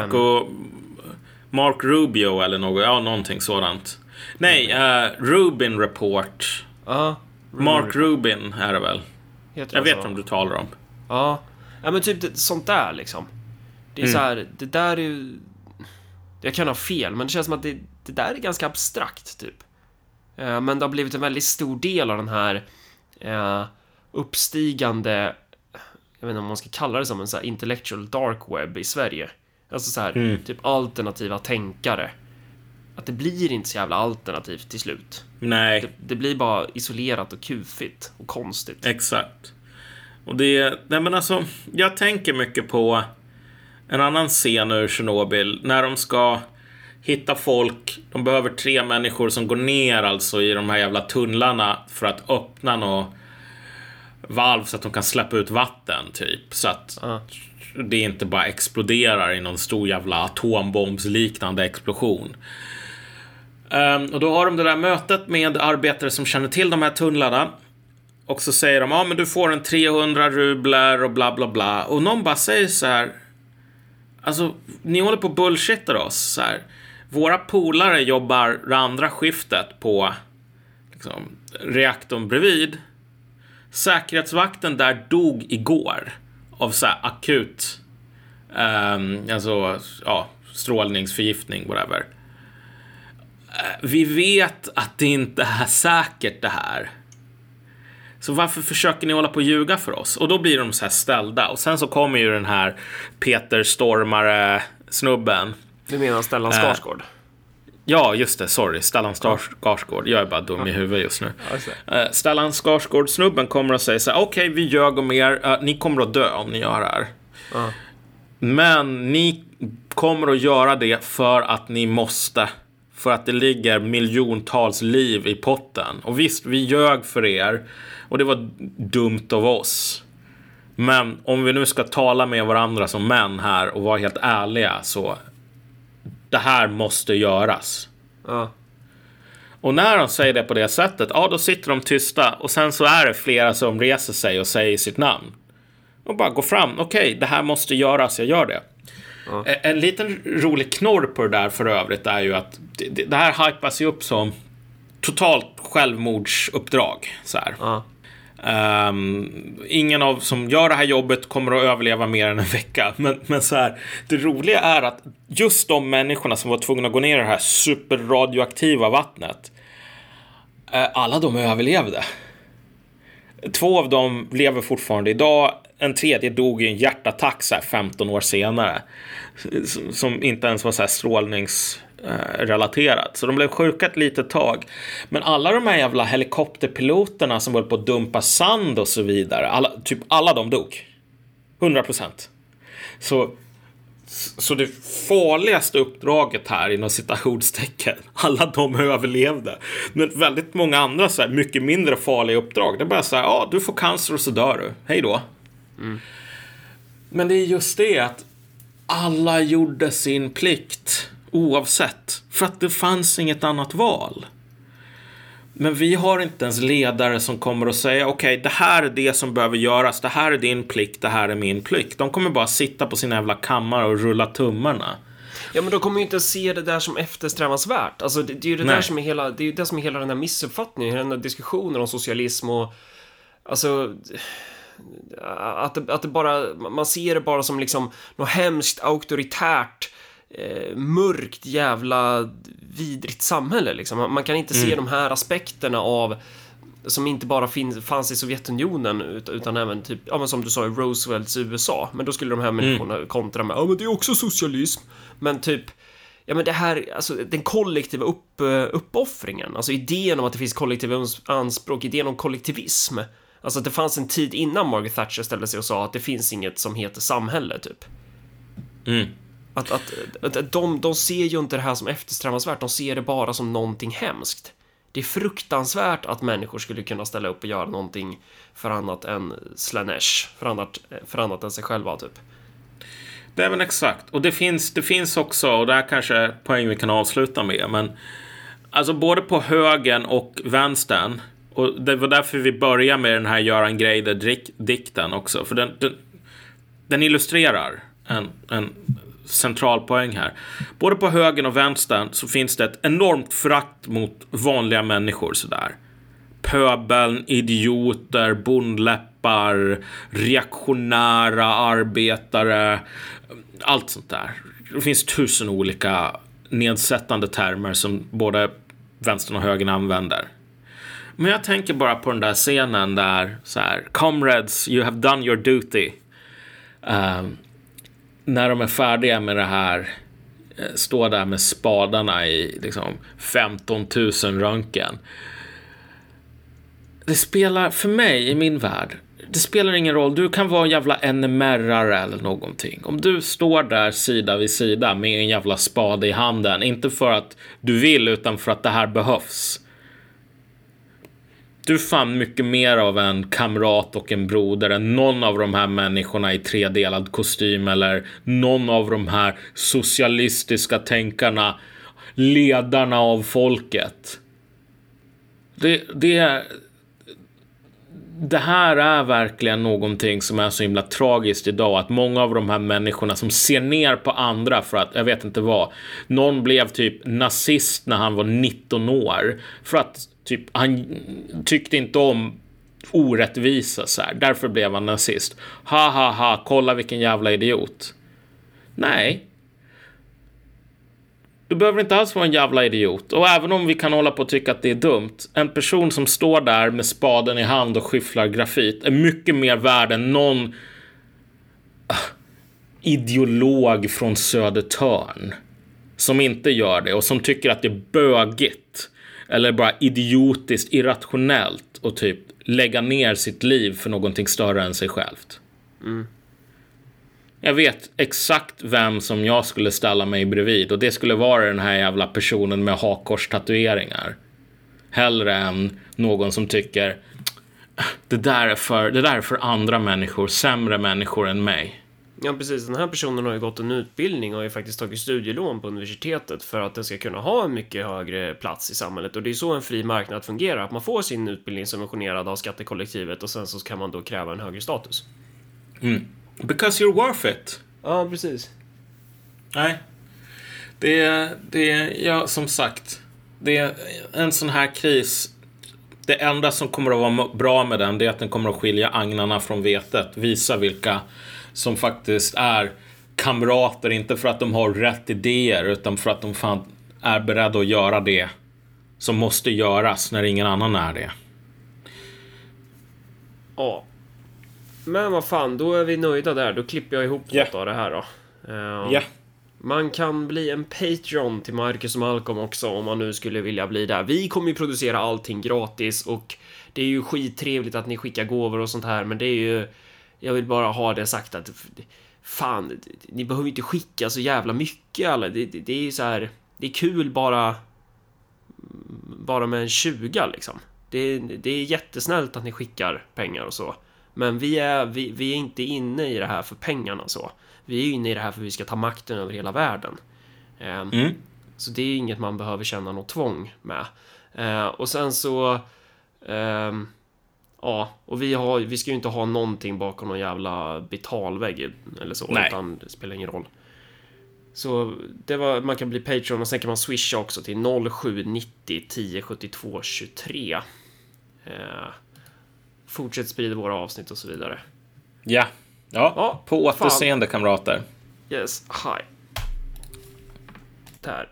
Mark Rubio eller något. Ja, någonting sådant. Nej, Rubin Report. Ja. Mark Rubin är det väl. Jag vet om du talar om. Ja. Ja, men typ sånt där liksom. Det är så här, det där är ju... Jag kan ha fel, men det känns som att det där är ganska abstrakt typ. Men det har blivit en väldigt stor del av den här uppstigande, jag vet inte om man ska kalla det som en så här intellectual dark web i Sverige. Alltså så här typ alternativa tänkare. Att det blir inte så jävla alternativt till slut. Nej. Det blir bara isolerat och kufigt och konstigt. Exakt. Och nej men alltså, jag tänker mycket på en annan scen ur Chernobyl. När de ska hitta folk. De behöver 3 människor som går ner alltså i de här jävla tunnlarna för att öppna något valv så att de kan släppa ut vatten typ. Så att det inte bara exploderar i någon stor jävla atombombsliknande explosion. Och då har de det där mötet med arbetare som känner till de här tunnlarna. Och så säger de, men du får en 300 rubler och bla bla bla. Och någon bara säger så här, alltså, ni håller på bullshittar oss så här. Våra polare jobbar det andra skiftet på liksom, reaktorn bredvid. Säkerhetsvakten där dog igår av så här akut alltså, ja, strålningsförgiftning, whatever. Vi vet att det inte är säkert det här. Så varför försöker ni hålla på och ljuga för oss? Och då blir de så här ställda. Och sen så kommer ju den här Peter Stormare snubben. Du menar Stellan Skarsgård? Ja, just det. Sorry. Stellan Skarsgård. Jag är bara dum i huvudet just nu. Stellan Skarsgård snubben kommer att säga så här: okej, vi ljög om er. Ni kommer att dö om ni gör det här. Men ni kommer att göra det för att ni måste. För att det ligger miljontals liv i potten. Och visst, vi ljög för er. Och det var dumt av oss. Men om vi nu ska tala med varandra som män här och vara helt ärliga, så det här måste göras. Och när de säger det på det sättet, då sitter de tysta. Och sen så är det flera som reser sig och säger sitt namn. Och bara går fram. Okej, det här måste göras, jag gör det. En liten rolig knorr på det där för övrigt är ju att det här hypas ju upp som totalt självmordsuppdrag så här. Ingen av som gör det här jobbet kommer att överleva mer än en vecka, men så här, det roliga är att just de människorna som var tvungna att gå ner i det här superradioaktiva vattnet, alla de överlevde. 2 av dem lever fortfarande idag. En tredje dog i en hjärtattack så här 15 år senare, som inte ens var så här strålningsrelaterat. Så de blev sjuka ett litet tag. Men alla de här jävla helikopterpiloterna som var på att dumpa sand och så vidare, alla de dog. 100%. Så det farligaste uppdraget här inom citationstecken, alla de överlevde. Men väldigt många andra så här mycket mindre farliga uppdrag, det är bara så här, du får cancer och så dör du. Hej då. Men det är just det att alla gjorde sin plikt oavsett, för att det fanns inget annat val. Men vi har inte ens ledare som kommer att säga okej, det här är det som behöver göras, det här är din plikt, det här är min plikt. De kommer bara sitta på sina jävla kammare och rulla tummarna. Ja, men de kommer ju inte se det där som eftersträvansvärt. Alltså det är ju det där som är hela, det är ju det som är hela den här missuppfattningen, den här diskussionen om socialism och alltså att det bara, man ser det bara som liksom något hemskt auktoritärt mörkt jävla vidrigt samhälle liksom. Man kan inte se de här aspekterna av som inte bara fanns i Sovjetunionen utan även typ, men som du sa i Roosevelts USA. Men då skulle de här människorna kontra med, men det är också socialism. Men typ, men det här, alltså den kollektiva uppoffringen, alltså idén om att det finns kollektiva anspråk, idén om kollektivism. Alltså att det fanns en tid innan Margaret Thatcher ställde sig och sa att det finns inget som heter samhälle typ. Att de ser ju inte det här som eftersträvansvärt. De ser det bara som någonting hemskt. Det är fruktansvärt att människor skulle kunna ställa upp och göra någonting för annat än Slanesh, för annat än sig själva typ. Det är väl exakt. Och det finns också, och det här kanske poäng vi kan avsluta med, men alltså både på högen och vänstern, och det var därför vi börjar med den här Göran Greider-dikten också, för den illustrerar en central poäng här. Både på höger och vänstern så finns det ett enormt förakt mot vanliga människor sådär. Pöbeln, idioter, bondläppar, reaktionära arbetare, allt sånt där. Det finns 1000 olika nedsättande termer som både vänstern och högern använder. Men jag tänker bara på den där scenen där så här: Comrades, you have done your duty. När de är färdiga med det här, står där med spadarna i liksom 15 000 röntgen. Det spelar, för mig i min värld, det spelar ingen roll. Du kan vara en jävla NMR-are eller någonting. Om du står där sida vid sida med en jävla spade i handen, inte för att du vill utan för att det här behövs. Du fann mycket mer av en kamrat och en broder än någon av de här människorna i 3-delad kostym eller någon av de här socialistiska tänkarna, ledarna av folket. Det här är verkligen någonting som är så himla tragiskt idag, att många av de här människorna som ser ner på andra för att, jag vet inte vad, någon blev typ nazist när han var 19 år för att typ han tyckte inte om orättvisa så här, därför blev han nazist. Ha, kolla vilken jävla idiot. Nej. Du behöver inte alls vara en jävla idiot. Och även om vi kan hålla på att tycka att det är dumt, en person som står där med spaden i hand och skyfflar grafit är mycket mer värd än någon ideolog från Södertörn som inte gör det och som tycker att det är bögigt eller bara idiotiskt, irrationellt och typ lägga ner sitt liv för någonting större än sig självt. Jag vet exakt vem som jag skulle ställa mig bredvid, och det skulle vara den här jävla personen med hakkors-tatueringar. Hellre än någon som tycker det där är för andra människor, sämre människor än mig. Ja, precis. Den här personen har ju gått en utbildning och har ju faktiskt tagit studielån på universitetet för att den ska kunna ha en mycket högre plats i samhället. Och det är så en fri marknad fungerar, att man får sin utbildning subventionerad av skattekollektivet och sen så kan man då kräva en högre status. Because you're worth it. Ja, precis. Nej. Ja, som sagt, det är en sån här kris. Det enda som kommer att vara bra med den, det är att den kommer att skilja agnarna från vetet. Visa vilka som faktiskt är kamrater, inte för att de har rätt idéer utan för att de fan är beredda att göra det som måste göras när ingen annan är det. Ja. Men vad fan, då är vi nöjda där. Då klipper jag ihop något av det här då. Man kan bli en Patreon till Marcus och Malcolm också om man nu skulle vilja bli där. Vi kommer ju producera allting gratis och det är ju skittrevligt att ni skickar gåvor och sånt här, men det är ju, jag vill bara ha det sagt att fan, ni behöver inte skicka så jävla mycket alla. Det är ju så här, det är kul bara med en 20 liksom. Det är jättesnällt att ni skickar pengar och så. Men vi är inte inne i det här för pengarna så. Vi är inne i det här för att vi ska ta makten över hela världen. Så det är inget man behöver känna något tvång med. Och sen så ja, och vi ska ju inte ha någonting bakom någon jävla betalvägg eller så. Nej. Utan det spelar ingen roll. Så det var, man kan bli Patreon och sen kan man swisha också till 0790 10 72 23. Fortsätt sprida våra avsnitt och så vidare. Ja, på återseende kamrater. Yes, hi. Där.